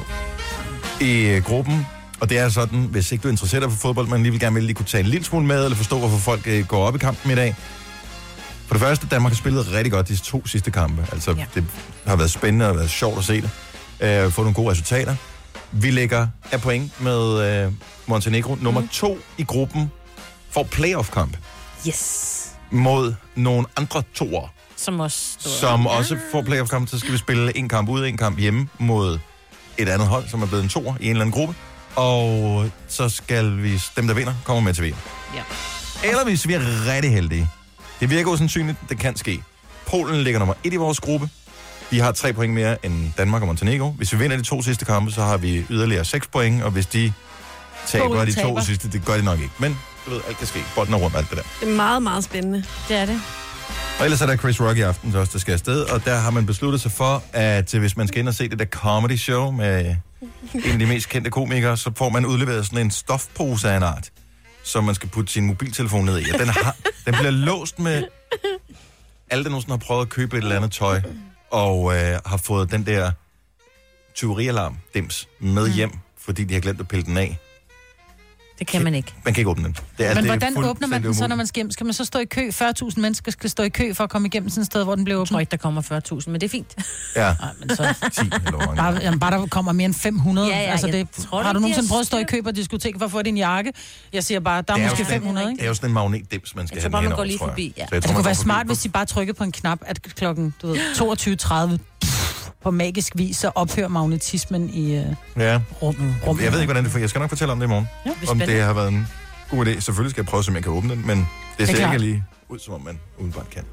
Speaker 1: i gruppen. Og det er sådan, hvis ikke du er interesseret for fodbold, men lige vil gerne vil lige kunne tage en lille smule med, eller forstå, hvorfor folk går op i kampen i dag. For det første, Danmark har spillet rigtig godt de to sidste kampe. Altså, ja. Det har været spændende og været sjovt at se det. Uh, få nogle gode resultater. Vi ligger af point med uh, Montenegro. Nummer mm. to i gruppen får playoff-kamp.
Speaker 3: Yes.
Speaker 1: Mod nogle andre toer.
Speaker 3: Som også,
Speaker 1: som også får playoff-kamp. Så skal vi spille en kamp ude, en kamp hjemme mod et andet hold, som er blevet en toer i en eller anden gruppe. Og så skal vi, dem der vinder, kommer med til V M.
Speaker 3: Ja.
Speaker 1: Eller hvis vi er rigtig heldige. Det virker usandsynligt, det kan ske. Polen ligger nummer et i vores gruppe. Vi har tre point mere end Danmark og Montenegro. Hvis vi vinder de to sidste kampe, så har vi yderligere seks point. Og hvis de taber Polen de to taber. sidste, det gør de nok ikke. Men du ved, alt kan ske. Bolden er rundt, alt det der.
Speaker 2: Det er meget, meget spændende.
Speaker 3: Det er det.
Speaker 1: Og ellers er der Chris Rock i aften, så også der skal afsted. Og der har man besluttet sig for, at hvis man skal ind og se det der comedy show med en af de mest kendte komikere, så får man udleveret sådan en stofpose af en art, som man skal putte sin mobiltelefon ned i. Og den, har, den bliver låst med alle, der nogensinde har prøvet at købe et eller andet tøj, og øh, har fået den der tyverialarm-dims med hjem, fordi de har glemt at pille den af.
Speaker 3: Det kan man ikke.
Speaker 1: Man kan ikke åbne den. Det er,
Speaker 4: Men
Speaker 1: det er
Speaker 4: hvordan åbner man den så, når man skal hjem? Skal man så stå i kø? fyrre tusind mennesker skal stå i kø for at komme igennem sådan et sted, hvor den bliver åbnet?
Speaker 3: Jeg tror ikke, der kommer fyrre tusind, men det er fint.
Speaker 1: Ja.
Speaker 4: Nej, men så...
Speaker 1: ti eller mange.
Speaker 4: Bare, jamen, bare der kommer mere end fem hundrede.
Speaker 3: Ja, ja,
Speaker 4: altså, det,
Speaker 3: tror,
Speaker 4: har du
Speaker 3: det
Speaker 4: nogensinde
Speaker 3: er
Speaker 4: prøvet at stå i kø på diskotek for at få din jakke? Jeg siger bare, der er, er måske fem hundrede, ikke?
Speaker 1: Det er jo sådan en magnetdims, man skal
Speaker 3: jeg
Speaker 1: have
Speaker 3: bare,
Speaker 1: den
Speaker 3: man går
Speaker 1: henover,
Speaker 3: lige
Speaker 1: tror jeg.
Speaker 3: forbi, ja.
Speaker 1: Så jeg tror,
Speaker 4: Det kunne være
Speaker 1: går
Speaker 4: smart,
Speaker 1: forbi
Speaker 4: hvis de bare trykkede på en knap, at klokken du ved, toogtyve tredive på magisk vis, så ophører magnetismen i uh,
Speaker 1: ja.
Speaker 4: rummet. rummet.
Speaker 1: Jeg ved ikke, hvordan det får. Jeg skal nok fortælle om det i morgen.
Speaker 3: Ja,
Speaker 1: om det har været en god idé. Selvfølgelig skal jeg prøve, så jeg kan åbne den, men det ser ikke lige ud, som om man udenbart kan.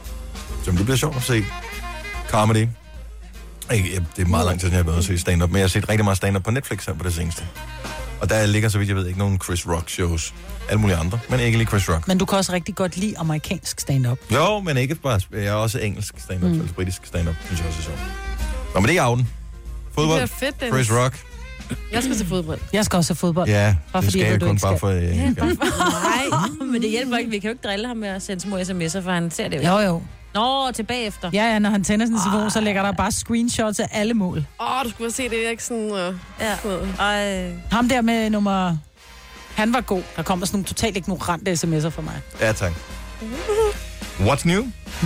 Speaker 1: Så det bliver sjovt at se comedy. Det er meget lang tid, jeg har været at se stand-up, men jeg har set rigtig meget stand-up på Netflix her på det seneste. Og der ligger, så vidt jeg ved, ikke nogen Chris Rock shows. Alle mulige andre, men ikke lige Chris Rock.
Speaker 4: Men du kan også rigtig godt lide amerikansk stand-up.
Speaker 1: Jo, men ikke bare... Jeg er også engelsk stand-up, mm. altså britisk stand-up, synes jeg også er sjovt. Nå, men det er aften. Fodbold,
Speaker 2: det fedt, Dennis.
Speaker 1: Chris Rock.
Speaker 2: Jeg skal til fodbold.
Speaker 4: Jeg skal også til fodbold.
Speaker 1: Ja,
Speaker 4: bare
Speaker 1: det
Speaker 4: fordi,
Speaker 1: skal jeg kun
Speaker 4: skal.
Speaker 1: bare for... Øh,
Speaker 3: ja, bare for... Nej, men det hjælper ikke. Vi kan jo ikke drille ham med at sende små sms'er, for han ser det jo.
Speaker 4: Jo, jo.
Speaker 3: Nå, tilbage efter.
Speaker 4: Ja, ja, når han tænder sin telefon, så lægger der bare screenshots af alle mål.
Speaker 2: Åh, oh, du skulle have set det, ikke sådan... Uh,
Speaker 3: ja. Ej.
Speaker 4: Ham der med nummer... Han var god. Der kommer sådan nogle totalt ignorante sms'er fra mig.
Speaker 1: Ja, tak. What's new?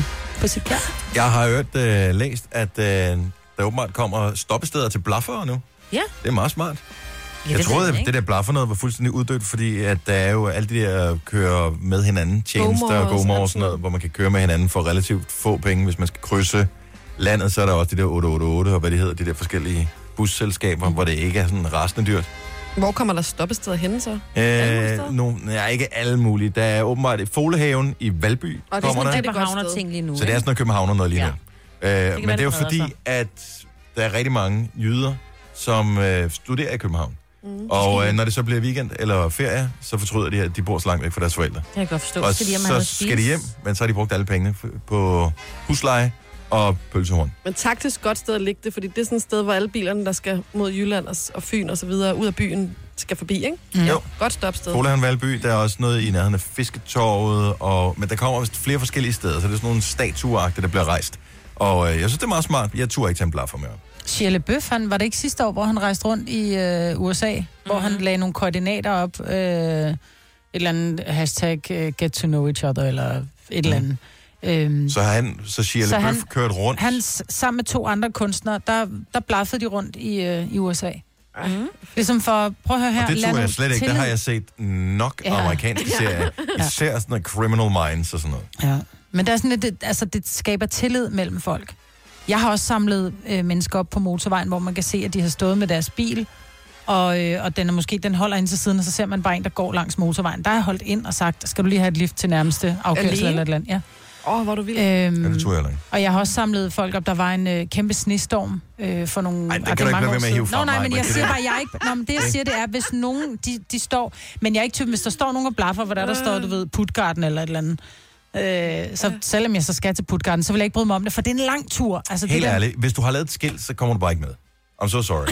Speaker 4: Ja.
Speaker 1: Jeg har hørt øh, læst, at øh, der åbenbart kommer stoppesteder til blaffere nu.
Speaker 3: Ja.
Speaker 1: Det er meget smart.
Speaker 3: Ja,
Speaker 1: jeg
Speaker 3: det
Speaker 1: troede,
Speaker 3: det,
Speaker 1: at det der blaffer noget var fuldstændig uddødt, fordi at der er jo alle de der kører med hinanden, tjenester og GoMore og sådan noget, hvor man kan køre med hinanden for relativt få penge. Hvis man skal krydse landet, så er der også de der otte otte otte og hvad det hedder, de der forskellige busselskaber, mm. hvor det ikke er sådan rasende dyrt.
Speaker 2: Hvor kommer der stoppesteder henne så?
Speaker 1: Øh, no, ja, ikke alle mulige. Der er åbenbart et Folehaven i Valby.
Speaker 3: Og det er sådan en københavner-ting lige nu.
Speaker 1: Så det er sådan noget københavner noget lige nu.
Speaker 3: Ja.
Speaker 1: Øh, men det er jo fordi, sig. at der er rigtig mange jyder, som øh, studerer i København. Mm. Og øh, når det så bliver weekend eller ferie, så fortryder de, at de bor så langt væk fra deres forældre.
Speaker 3: Det kan jeg godt forstå.
Speaker 1: Og
Speaker 3: skal de hjem,
Speaker 1: så skal de hjem, men så har de brugt alle pengene på husleje og pølsehorn.
Speaker 2: Men taktisk godt sted at ligge det, fordi det er sådan et sted, hvor alle bilerne, der skal mod Jylland og, og Fyn og så videre, ud af byen, skal forbi, ikke?
Speaker 1: Mm. Jo.
Speaker 2: Godt stopsted.
Speaker 1: Folehaven Valby, der er også noget i nærheden af Fisketorvet, og, men der kommer vist flere forskellige steder, så det er sådan nogle statueagtige, der bliver rejst. Og øh, jeg synes, det er meget smart. Jeg turde ikke tage en blaffer med.
Speaker 4: Shia LaBeouf, han var det ikke sidste år, hvor han rejste rundt i øh, U S A, mm-hmm. hvor han lagde nogle koordinater op, øh, et eller andet hashtag uh, get to know each other, eller et mm. eller andet. Øhm,
Speaker 1: så han, så Shia LaBeouf kørte rundt?
Speaker 4: Han, sammen med to andre kunstnere, der, der blaffede de rundt i, øh, i U S A. Mm. Ligesom for, prøv at høre her.
Speaker 1: Og det tror jeg slet ikke,
Speaker 4: tillid.
Speaker 1: der har jeg set nok ja. amerikanske ja. serier. Især sådan noget Criminal Minds og sådan noget.
Speaker 4: Ja. Men der er sådan lidt, det, altså det skaber tillid mellem folk. Jeg har også samlet øh, mennesker op på motorvejen, hvor man kan se, at de har stået med deres bil, og, øh, og den er måske, den holder ind til siden, og så ser man bare en, der går langs motorvejen. Der er jeg holdt ind og sagt, skal du lige have et lift til nærmeste afkørsel eller et eller andet? Ja.
Speaker 2: Åh, oh, hvor du vil.
Speaker 4: Øhm,
Speaker 1: ja, det tror jeg ikke.
Speaker 4: Og jeg har også samlet folk op. Der var en øh, kæmpe snestorm øh, for nogle...
Speaker 1: Ej, det kan du ikke være med at hive frem.
Speaker 4: Nå, nej, men jeg siger bare, jeg ikke... Nå, men det jeg siger, det er, hvis nogen, de, de står... Men jeg er ikke typen, hvis der står nogen og blaffer, hvor der, der står, du ved, Puttgarden eller et eller andet. Øh, så selvom jeg så skal til Puttgarden, så vil jeg ikke bryde mig om det, for det er en lang tur. Altså,
Speaker 1: Helt
Speaker 4: det der...
Speaker 1: ærligt, hvis du har lavet et skilt, så kommer du bare ikke med. I'm so sorry.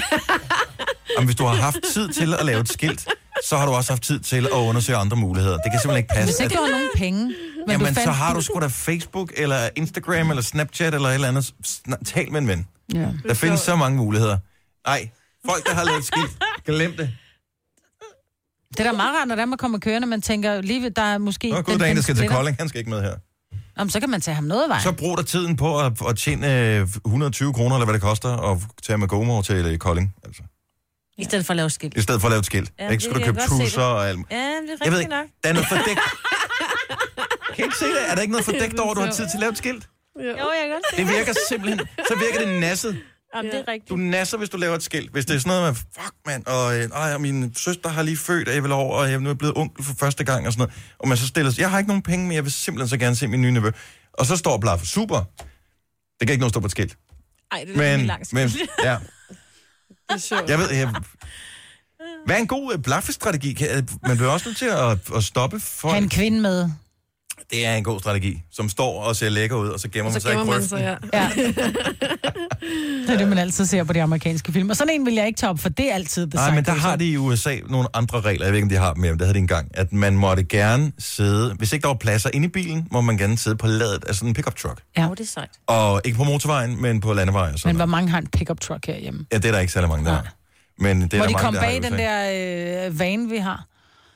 Speaker 1: Om hvis du har haft tid til at lave et skilt, så har du også haft tid til at undersøge andre muligheder. Det kan simpelthen ikke passe.
Speaker 4: Hvis ikke
Speaker 1: at...
Speaker 4: du har nogen penge... Men
Speaker 1: Jamen,
Speaker 4: fandt...
Speaker 1: så har du sgu da Facebook, eller Instagram, eller Snapchat, eller et eller andet. Tal med en ven.
Speaker 4: Ja.
Speaker 1: Der findes så mange muligheder. Nej, folk, der har lavet et skilt, glem det.
Speaker 4: Det er da meget rart, når der man kommer kørende, man tænker, lige ved, der er måske...
Speaker 1: Nå, god dag, der skal til Kolding, han skal ikke med her.
Speaker 4: Jamen, så kan man tage ham noget af vejen.
Speaker 1: Så brug der tiden på at, at tjene et hundrede og tyve kroner, eller hvad det koster, at tage med GoMore til Kolding, altså.
Speaker 3: I stedet for at lave skilt.
Speaker 1: I stedet for at lave et skilt.
Speaker 3: Ja,
Speaker 1: ikke skal du købe trusser og alt.
Speaker 3: Ja, det er rigtigt
Speaker 1: jeg ved ikke,
Speaker 3: nok.
Speaker 1: Der er noget fordækt. Kan I ikke se det? Er der ikke noget fordækt over, at du har tid til at lave et skilt?
Speaker 3: Jo, jeg kan godt se
Speaker 1: det. virker simpelthen, så virker det nasset.
Speaker 3: Jamen, det er rigtigt.
Speaker 1: Du nasser, hvis du laver et skilt. Hvis det er sådan noget med, fuck mand, og, øh, og min søster har lige født, og jeg vil over, og jeg er nu blevet onkel for første gang, og sådan noget. Og man så stiller sig, jeg har ikke nogen penge, men jeg vil simpelthen så gerne se min nye nevø. Og så står blaffer, super. Det kan ikke nå stå på et skilt.
Speaker 3: Ej, det er men, langt skilt.
Speaker 1: Men, ja.
Speaker 2: Det er sjovt.
Speaker 1: Jeg ved, jeg, hvad er en god blaffestrategi? Man bliver også nødt til at, at stoppe folk.
Speaker 4: Have en kvinde med.
Speaker 1: Det er en god strategi, som står og ser lækker ud, og så gemmer
Speaker 2: og
Speaker 1: man
Speaker 2: så
Speaker 1: sig
Speaker 2: gemmer
Speaker 1: i
Speaker 2: man sig, ja.
Speaker 4: ja. Det er det, man altid ser på de amerikanske film. Og sådan en vil jeg ikke tage op, for det er altid det.
Speaker 1: Nej, men der har de i U S A nogle andre regler. Jeg ved ikke, om de har dem, men det havde de engang. At man måtte gerne sidde, hvis ikke der var pladser inde i bilen, må man gerne sidde på ladet af sådan en pickup truck.
Speaker 4: Ja,
Speaker 3: det er sejt.
Speaker 1: Og ikke på motorvejen, men på landevejen.
Speaker 4: Men hvor mange har en pickup truck herhjemme?
Speaker 1: Ja, det er der ikke særlig mange, der
Speaker 4: ja.
Speaker 1: har. Men det er
Speaker 4: må
Speaker 1: der
Speaker 4: de
Speaker 1: mange,
Speaker 4: komme
Speaker 1: der
Speaker 4: bag
Speaker 1: har,
Speaker 4: den der øh, van, vi har?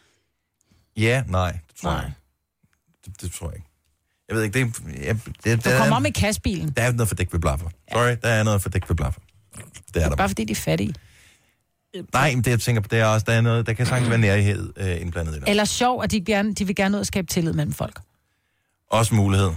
Speaker 1: Ja, nej, det tror
Speaker 4: nej.
Speaker 1: jeg ikke. Det, det tror jeg ikke. Jeg ved ikke, det er... Ja, det,
Speaker 4: du kommer om i kassebilen.
Speaker 1: Der er noget fordækt ved blaffer. Sorry, der er noget fordækt ved blaffer. Det er der.
Speaker 4: Bare fordi de er fattige.
Speaker 1: Nej, men det jeg tænker på, det er også, der er noget, der kan sagtens være nærhed øh, indblandet i det.
Speaker 4: Eller sjov, at de, gerne, de vil gerne ud og skabe tillid mellem folk.
Speaker 1: Også mulighed.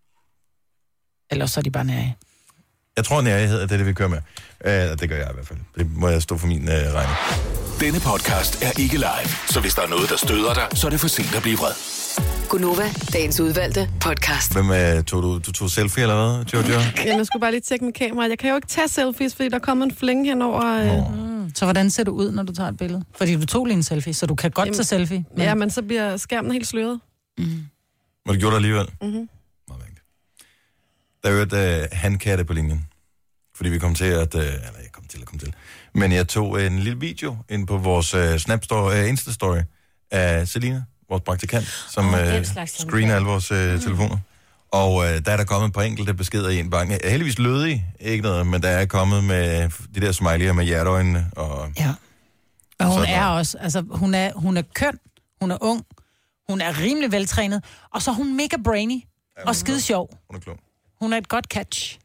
Speaker 4: Eller så er de bare nærige.
Speaker 1: Jeg tror, nærhed er det, det vi kører med. Uh, det gør jeg i hvert fald. Det må jeg stå for min uh, regning.
Speaker 6: Denne podcast er ikke live, så hvis der er noget, der støder dig, så er det for sent at blive vred.
Speaker 5: Gunova, dagens udvalgte podcast.
Speaker 1: Hvem uh, tog du? Du tog selfie eller hvad, Jojo?
Speaker 2: Ja, jeg skulle bare lige tjekke med kameraet. Jeg kan jo ikke tage selfies, fordi der kommer en flænge henover. Øh.
Speaker 1: Mm.
Speaker 4: Så hvordan ser du ud, når du tager et billede? Fordi du tog lige en selfie, så du kan godt
Speaker 2: Jamen,
Speaker 4: tage selfie.
Speaker 2: Men... Ja, men så bliver skærmen helt sløret.
Speaker 4: Mm.
Speaker 1: Men du gjorde det alligevel?
Speaker 2: Mm-hmm.
Speaker 1: Der er jo et øh, handkatte på linjen. Fordi vi kom til at... Øh, eller jeg kom til at komme til. Men jeg tog en lille video ind på vores øh, Snapstory, øh, Insta-story af Selina, vores praktikant, som
Speaker 3: oh,
Speaker 1: øh, screener alle vores øh, mm. telefoner. Og øh, der er der kommet et par enkelte beskeder i en bank. Jeg er heldigvis lødig, ikke noget, men der er kommet med de der smiley'er med hjerteøjnene. Og...
Speaker 4: Ja. Og hun
Speaker 1: sådan
Speaker 4: er
Speaker 1: noget.
Speaker 4: også, altså hun er, hun er køn, hun er ung, hun er rimelig veltrænet, og så er hun mega brainy
Speaker 1: ja,
Speaker 4: og skide sjov.
Speaker 1: Hun er klog.
Speaker 4: Hun er et godt catch.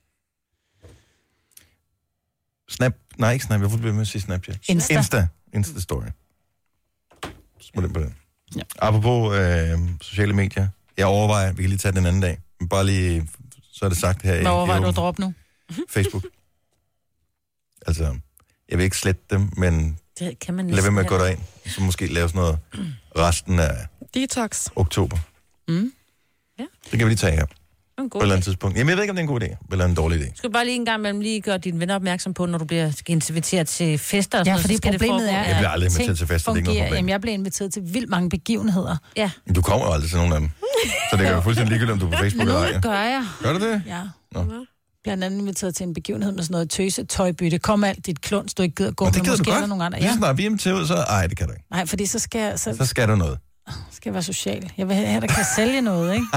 Speaker 1: Snap, nej ikke Snap, jeg får blive med at sige Snapchat.
Speaker 4: Insta.
Speaker 1: Insta, Insta-story. Smut ind på det. Ja. Apropos øh, sociale medier, jeg overvejer, vi kan lige tage den anden dag, men bare lige, så er det sagt her.
Speaker 4: Hvad overvejer
Speaker 1: i,
Speaker 4: du at droppe nu?
Speaker 1: Facebook. Altså, jeg vil ikke slette dem, men
Speaker 3: det kan man
Speaker 1: lad være med at gå derind, så måske lave sådan noget resten af
Speaker 2: Detox.
Speaker 1: oktober.
Speaker 3: Mm. Ja.
Speaker 1: Det kan vi lige tage her.
Speaker 3: En
Speaker 1: På et eller andet tidspunkt. Jamen, jeg ved ikke, om det er en god idé, eller en dårlig idé.
Speaker 3: Du skal bare lige en gang imellem lige gøre dine venner opmærksom på, når du bliver inviteret til fester og sådan
Speaker 4: Ja,
Speaker 3: noget,
Speaker 4: fordi
Speaker 3: så skal
Speaker 4: problemet
Speaker 3: det
Speaker 4: er,
Speaker 1: Jeg bliver aldrig
Speaker 4: at
Speaker 1: inviteret til fester, det er ikke noget
Speaker 4: fungerer-
Speaker 1: problem.
Speaker 4: Jamen, jeg bliver inviteret til vildt mange begivenheder.
Speaker 3: Ja.
Speaker 1: Men du kommer jo aldrig til nogen af dem. Så det er jo fuldstændig ligegyldigt, om du er på Facebook eller ej.
Speaker 4: Det gør jeg.
Speaker 1: Gør du det?
Speaker 4: Ja.
Speaker 1: Nå.
Speaker 4: Blandt andet inviteret til en begivenhed med sådan noget tøse, tøjbytte. Kom alt dit klunds, du ikke gider gå
Speaker 1: Men det
Speaker 4: med.
Speaker 1: gider du
Speaker 4: Måske er der
Speaker 1: godt.
Speaker 4: nogle andre.
Speaker 1: Lige
Speaker 4: Ja.
Speaker 1: så snart vi er inviteret ud, så... Ej, det kan du ikke.
Speaker 4: Nej, fordi så skal jeg, så
Speaker 1: Så skal du noget.
Speaker 4: skal jeg være social. Jeg vil have, der kan sælge noget, ikke?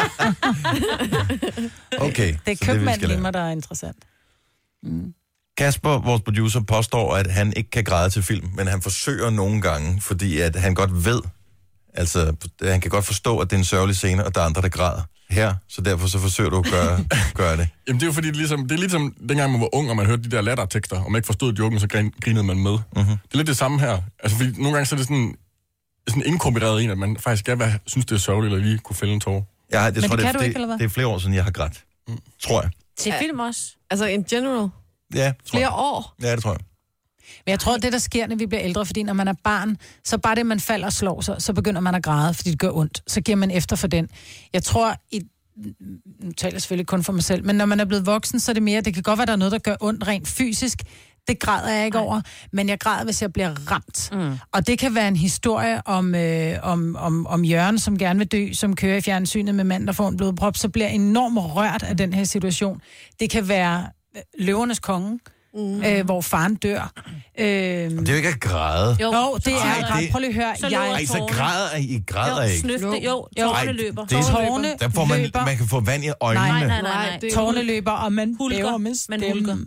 Speaker 1: Okay,
Speaker 4: Det er
Speaker 1: så vi
Speaker 4: købmanden
Speaker 1: skal
Speaker 4: i
Speaker 1: lave.
Speaker 4: mig, der er interessant. Mm.
Speaker 1: Kasper, vores producer, påstår, at han ikke kan græde til film, men han forsøger nogle gange, fordi at han godt ved, altså han kan godt forstå, at det er en sørgelig scene, og der er andre, der græder her, så derfor så forsøger du at gøre, gøre det.
Speaker 7: Jamen det er jo fordi, det er, ligesom, det er ligesom dengang man var ung, og man hørte de der lattertekster, og man ikke forstod joken, så grin, grinede man med.
Speaker 1: Mm-hmm.
Speaker 7: Det er lidt det samme her. Altså fordi nogle gange så er det sådan, sådan inkorporeret i, at man faktisk skal være, synes, det er sørgeligt, eller lige kunne fælde en tårer.
Speaker 1: Ja, jeg
Speaker 4: Men
Speaker 1: tror,
Speaker 4: det
Speaker 1: det,
Speaker 4: kan du
Speaker 1: det,
Speaker 4: ikke, eller hvad?
Speaker 1: det er flere år siden, jeg har grædt. Mm. Tror jeg.
Speaker 3: Til film også?
Speaker 2: Altså in general?
Speaker 1: Ja, tror
Speaker 2: Flere
Speaker 1: jeg.
Speaker 2: år?
Speaker 1: Ja, det tror jeg.
Speaker 4: Men jeg tror, det der sker, når vi bliver ældre, fordi når man er barn, så bare det, man falder og slår sig, så begynder man at græde, fordi det gør ondt. Så giver man efter for den. Jeg tror, i, nu taler jeg selvfølgelig kun for mig selv, men når man er blevet voksen, så er det mere, det kan godt være, der er noget, der gør ondt rent fysisk. Det græder jeg ikke over, men jeg græder, hvis jeg bliver ramt. Mm. Og det kan være en historie om, øh, om, om, om Jørgen, som gerne vil dø, som kører i fjernsynet med mand, der får en blodprop, så bliver enormt rørt af den her situation. Det kan være Løvernes Konge, mm. øh, hvor faren dør. Øh,
Speaker 1: Det er jo ikke at græde.
Speaker 3: Jo,
Speaker 4: jo det er
Speaker 1: Ej,
Speaker 4: græd.
Speaker 1: det-
Speaker 4: Prøv lige at høre.
Speaker 3: Så
Speaker 4: Jeg,
Speaker 3: løber
Speaker 1: Ej, så
Speaker 3: tårerne.
Speaker 1: græder I, I græder
Speaker 3: Jo,
Speaker 1: ikke.
Speaker 3: snøfte, jo,
Speaker 4: Jo.
Speaker 3: tårerne
Speaker 4: Ej,
Speaker 3: løber.
Speaker 1: det er-
Speaker 4: tårerne
Speaker 1: Der får man,
Speaker 4: løber.
Speaker 1: man kan få vand i øjnene.
Speaker 3: Nej, nej, nej, nej.
Speaker 2: det er
Speaker 4: Tårerne løber, og man
Speaker 3: Hulker,
Speaker 4: bæver med
Speaker 3: man
Speaker 4: stemmen.
Speaker 3: hulker.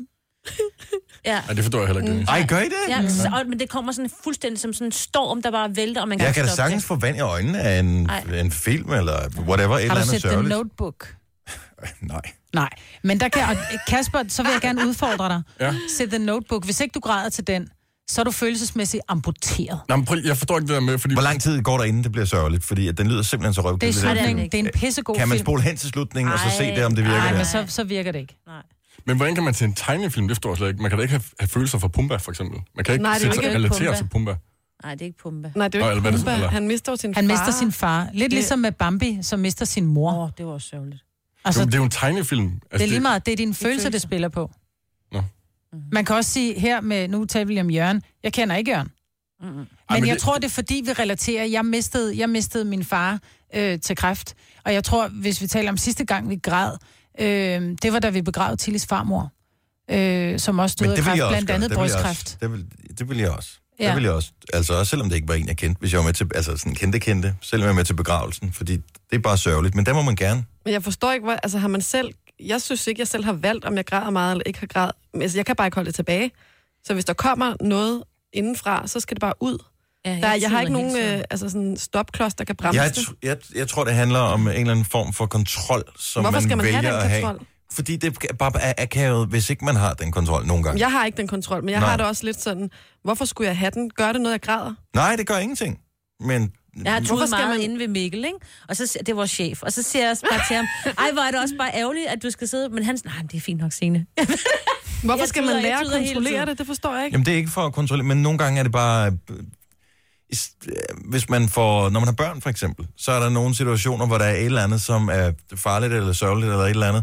Speaker 3: Ja.
Speaker 7: Nej, det forstår jeg heller ikke. Mm.
Speaker 1: Ej, gør I det?
Speaker 3: Ja, så, og, men det kommer sådan fuldstændig som sådan en storm, der bare vælter, og man kan
Speaker 1: Jeg
Speaker 3: ikke
Speaker 1: kan da
Speaker 3: stoppe
Speaker 1: sagtens få vand i øjnene af en,
Speaker 3: Ej.
Speaker 1: en film, eller whatever, et eller
Speaker 4: Har du
Speaker 1: andet
Speaker 4: set The
Speaker 1: sørgeligt.
Speaker 4: Notebook?
Speaker 1: Nej.
Speaker 4: Nej, men der kan... Og Kasper, så vil jeg gerne udfordre dig.
Speaker 7: Ja.
Speaker 4: Se The Notebook. Hvis ikke du græder til den, så er du følelsesmæssigt amputeret.
Speaker 7: Nå, men prøv, jeg forstår ikke det der med, fordi...
Speaker 1: Hvor lang tid går der inden det bliver sørgeligt? Fordi at den lyder simpelthen så
Speaker 4: Det er
Speaker 1: røvkedeligt.
Speaker 4: slutningen.
Speaker 3: ikke.
Speaker 4: Det er en pissegod
Speaker 1: Kan man
Speaker 4: film.
Speaker 1: spole hen til slutningen, og så se
Speaker 3: Ej.
Speaker 1: det, om det virker
Speaker 4: Nej,
Speaker 1: der?
Speaker 4: men så, så virker det ikke.
Speaker 3: Nej.
Speaker 7: Men hvordan kan man til en tegnefilm? Det forstår jeg slet ikke. Man kan da ikke have, have følelser for Pumba, for eksempel. Man kan ikke
Speaker 2: Nej, det er jo
Speaker 7: sætte sig
Speaker 2: ikke
Speaker 7: relatere
Speaker 3: Pumba.
Speaker 7: til Pumba.
Speaker 3: Nej, det er ikke Pumba.
Speaker 2: Nej, det er
Speaker 7: Nå,
Speaker 2: jo
Speaker 7: eller
Speaker 2: ikke
Speaker 7: hvad er det,
Speaker 2: Pumba.
Speaker 7: eller?
Speaker 2: Han mister jo sin
Speaker 4: Han
Speaker 2: far.
Speaker 4: mister sin far. Lidt
Speaker 2: Det-
Speaker 4: ligesom med Bambi, som mister sin mor.
Speaker 3: Åh, oh, det var også sørgeligt.
Speaker 4: Altså,
Speaker 7: Jo, det er jo en tegnefilm. Altså,
Speaker 4: det er lige meget. Det er dine følelser, det spiller på.
Speaker 7: Nå.
Speaker 4: Man kan også sige her med, nu taler vi om Jørgen. Jeg kender ikke Jørgen.
Speaker 3: Mm-hmm.
Speaker 4: Men,
Speaker 7: men
Speaker 4: jeg
Speaker 7: det-
Speaker 4: tror, det er fordi, vi relaterer. Jeg mistede, jeg mistede min far øh, til kræft. Og jeg tror, hvis vi taler om sidste gang, vi græd, øh, det var da vi begravede Tillis farmor, øh, som også døde
Speaker 1: Men
Speaker 4: af
Speaker 1: det vil
Speaker 4: kræft,
Speaker 1: jeg også
Speaker 4: blandt
Speaker 1: gøre.
Speaker 4: andet
Speaker 1: Det vil jeg
Speaker 4: brystkræft.
Speaker 1: også. Det vil, det vil jeg også.
Speaker 4: Ja.
Speaker 1: Det vil jeg også. Altså også selvom det ikke var en, jeg kendte. Hvis jeg var med til, altså sådan kendte kendte, selvom jeg var med til begravelsen. Fordi det er bare sørgeligt. Men der må man gerne.
Speaker 2: Men jeg forstår ikke, hvad, altså har man selv... Jeg synes ikke, jeg selv har valgt, om jeg græder meget eller ikke har græd. Men altså, jeg kan bare ikke holde det tilbage. Så hvis der kommer noget indenfra, så skal det bare ud.
Speaker 3: Ja,
Speaker 2: Der, jeg har ikke nogen øh, altså sådan stopklods, der kan bremse
Speaker 1: Jeg,
Speaker 2: det.
Speaker 1: tr- jeg, jeg tror, det handler om en eller anden form for kontrol, som
Speaker 2: Hvorfor
Speaker 1: man,
Speaker 2: skal man have
Speaker 1: vælger
Speaker 2: den
Speaker 1: at have.
Speaker 2: kontrol?
Speaker 1: Fordi det er bare er akavet, hvis ikke man har den kontrol nogle gange.
Speaker 2: Jeg har ikke den kontrol, men jeg
Speaker 1: Nej.
Speaker 2: har det også lidt sådan, hvorfor skulle jeg have den? Gør det noget, jeg græder?
Speaker 1: Nej, det gør ingenting. Men
Speaker 3: Jeg har
Speaker 2: Hvorfor
Speaker 3: tudet
Speaker 2: skal
Speaker 3: meget
Speaker 2: man-
Speaker 3: inde ved Mikkel, ikke? Og så, det er vores chef. Og så siger jeg også bare til ham, ej, hvor er det også bare ærgerligt, at du skal sidde... Men han siger, nej, men det er fint nok, Signe.
Speaker 2: Hvorfor
Speaker 3: Jeg
Speaker 2: skal
Speaker 3: tuder-
Speaker 2: man
Speaker 3: jeg
Speaker 2: lære at
Speaker 3: tuder hele
Speaker 2: kontrollere
Speaker 3: tiden.
Speaker 2: det? Det forstår jeg ikke.
Speaker 1: Jamen, det er ikke for at kontrollere, men nogle gange er det bare... øh, is- øh, Hvis man får... Når man har børn, for eksempel, så er der nogle situationer, hvor der er et eller andet, som er farligt eller sørgeligt eller et eller andet.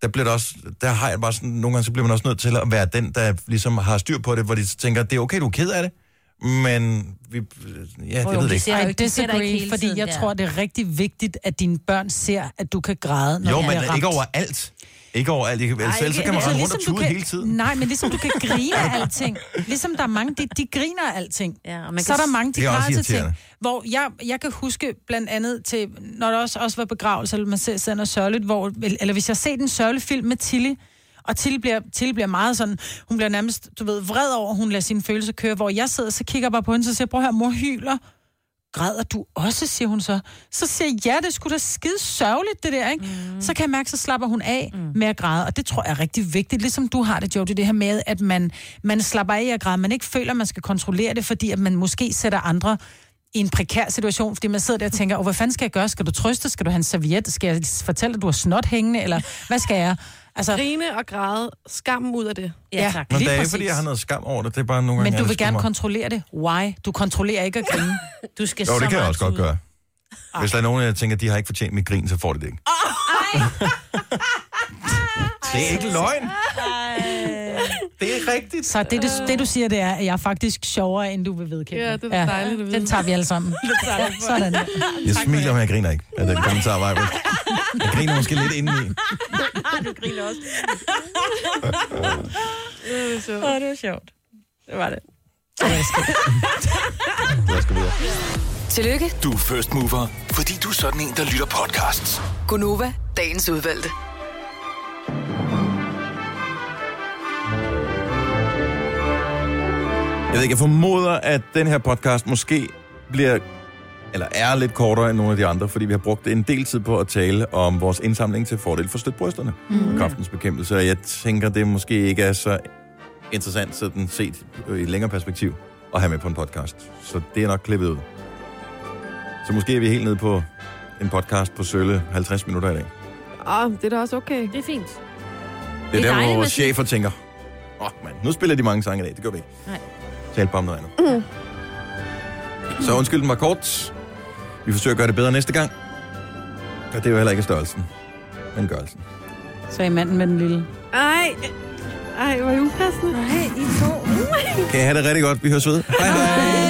Speaker 1: der bliver det også, der har jeg bare sådan, nogle gange så bliver man også nødt til at være den, der ligesom har styr på det, hvor de tænker, det er okay, du er ked af det, men vi, ja, det
Speaker 3: jo,
Speaker 1: ved
Speaker 3: de
Speaker 1: det ikke.
Speaker 3: ser jo
Speaker 4: I
Speaker 3: ikke- de ser dig ikke
Speaker 4: disagree,
Speaker 3: hele
Speaker 4: fordi
Speaker 3: tiden
Speaker 4: jeg
Speaker 3: der.
Speaker 4: tror, det er rigtig vigtigt, at dine børn ser, at du kan græde, når
Speaker 1: Jo,
Speaker 4: du
Speaker 1: men
Speaker 4: bliver ramt.
Speaker 1: ikke overalt. Ikke overalt. Ellers
Speaker 4: Ej,
Speaker 1: så
Speaker 4: ikke-
Speaker 1: kan man
Speaker 4: altså,
Speaker 1: rende rundt og
Speaker 4: ligesom du
Speaker 1: tude
Speaker 4: kan-
Speaker 1: hele tiden.
Speaker 4: Nej, men ligesom du kan grine af alting. Ligesom der er mange, de, de griner af alting.
Speaker 3: Ja, og man
Speaker 4: Så er
Speaker 3: kan
Speaker 4: der mange, de
Speaker 1: Det er også
Speaker 4: græder til ting.
Speaker 1: irriterende.
Speaker 4: Hvor jeg, jeg kan huske blandt andet til, når der også, også var begravelse, eller man ser sådan noget sørgeligt, hvor, eller hvis jeg ser den sørgelige film med Tilly, og Tilly bliver, Tilly bliver meget sådan, hun bliver nærmest, du ved, vred over, hun lader sine følelser køre, hvor jeg sidder, så kigger jeg bare på hende, så siger jeg, prøv her, mor hyler. Græder du også, siger hun så. Så siger jeg, ja, det skulle da skide sørgeligt, det der, ikke? Mm. Så kan jeg mærke, så slapper hun af mm. med at græde, og det tror jeg er rigtig vigtigt, ligesom du har det, Jody, det her med, at man, man slapper af at græde, man ikke føler, at man skal kontrollere det, fordi at man måske sætter andre i en prekær situation, fordi man sidder der og tænker, oh, hvad fanden skal jeg gøre? Skal du trøste? Skal du have en serviet? Skal jeg fortælle, at du har snot hængende? Eller hvad skal jeg?
Speaker 2: Altså, grine og græde, skammen ud af det.
Speaker 4: Ja, tak.
Speaker 1: Men
Speaker 4: Lige
Speaker 1: det er ikke,
Speaker 4: præcis.
Speaker 1: fordi jeg har noget skam over det. Det er bare nogle gange...
Speaker 4: Men du
Speaker 1: jeg
Speaker 4: vil gerne
Speaker 1: skammer.
Speaker 4: kontrollere det. Why? Du kontrollerer ikke at grine.
Speaker 3: Du skal
Speaker 1: Jo,
Speaker 3: så
Speaker 1: det kan jeg
Speaker 3: meget
Speaker 1: også godt
Speaker 3: tude.
Speaker 1: gøre. Hvis der er nogen, der tænker, at de har ikke fortjent mit grin, så får de det ikke. Det er ikke løgn. Det er rigtigt.
Speaker 4: Så det, det, det, du siger, det er, at jeg er faktisk sjovere, end du vil vedkende.
Speaker 2: Ja, det er dejligt at vide.
Speaker 4: Den tager vi alle sammen.
Speaker 2: Det tager vi.
Speaker 4: Sådan.
Speaker 1: Jeg smiler, men jeg griner ikke. Ja, den kommentar var jeg. Jeg griner måske lidt indeni.
Speaker 3: Du griner også.
Speaker 2: Det var sjovt.
Speaker 3: Åh, det var sjovt. Det var det.
Speaker 1: Lad os gå videre.
Speaker 5: Tillykke,
Speaker 6: Du er first mover, fordi du er sådan en, der lytter podcasts.
Speaker 5: Gunova, dagens udvalgte.
Speaker 1: Jeg ved ikke, jeg formoder, at den her podcast måske bliver, eller er lidt kortere end nogle af de andre, fordi vi har brugt en del tid på at tale om vores indsamling til fordel for støtbrysterne. Mm. Kræftens bekæmpelse. Og jeg tænker, det måske ikke er så interessant sådan set i et længere perspektiv at have med på en podcast. Så det er nok klippet ud. Så måske er vi helt nede på en podcast på sølle halvtreds minutter i dag.
Speaker 2: Åh, det er da også okay.
Speaker 3: Det er fint.
Speaker 1: Det er,
Speaker 3: Det er
Speaker 1: der,
Speaker 3: dejligt
Speaker 1: hvor
Speaker 3: med
Speaker 1: vores
Speaker 3: sådan-
Speaker 1: chefer tænker, åh oh, mand, nu spiller de mange sange i dag. Det gør vi ikke.
Speaker 3: Nej.
Speaker 1: Tal bare om noget andet.
Speaker 2: Mm.
Speaker 1: Så undskyld, den var kort. Vi forsøger at gøre det bedre næste gang. Og det er jo heller ikke størrelsen, men gørelsen.
Speaker 4: Så er manden med den lille.
Speaker 2: Ej, ej, hvor er I upassende.
Speaker 3: Nej, I to.
Speaker 1: Kan I have det rigtig godt? Vi høres ved. Hej hej.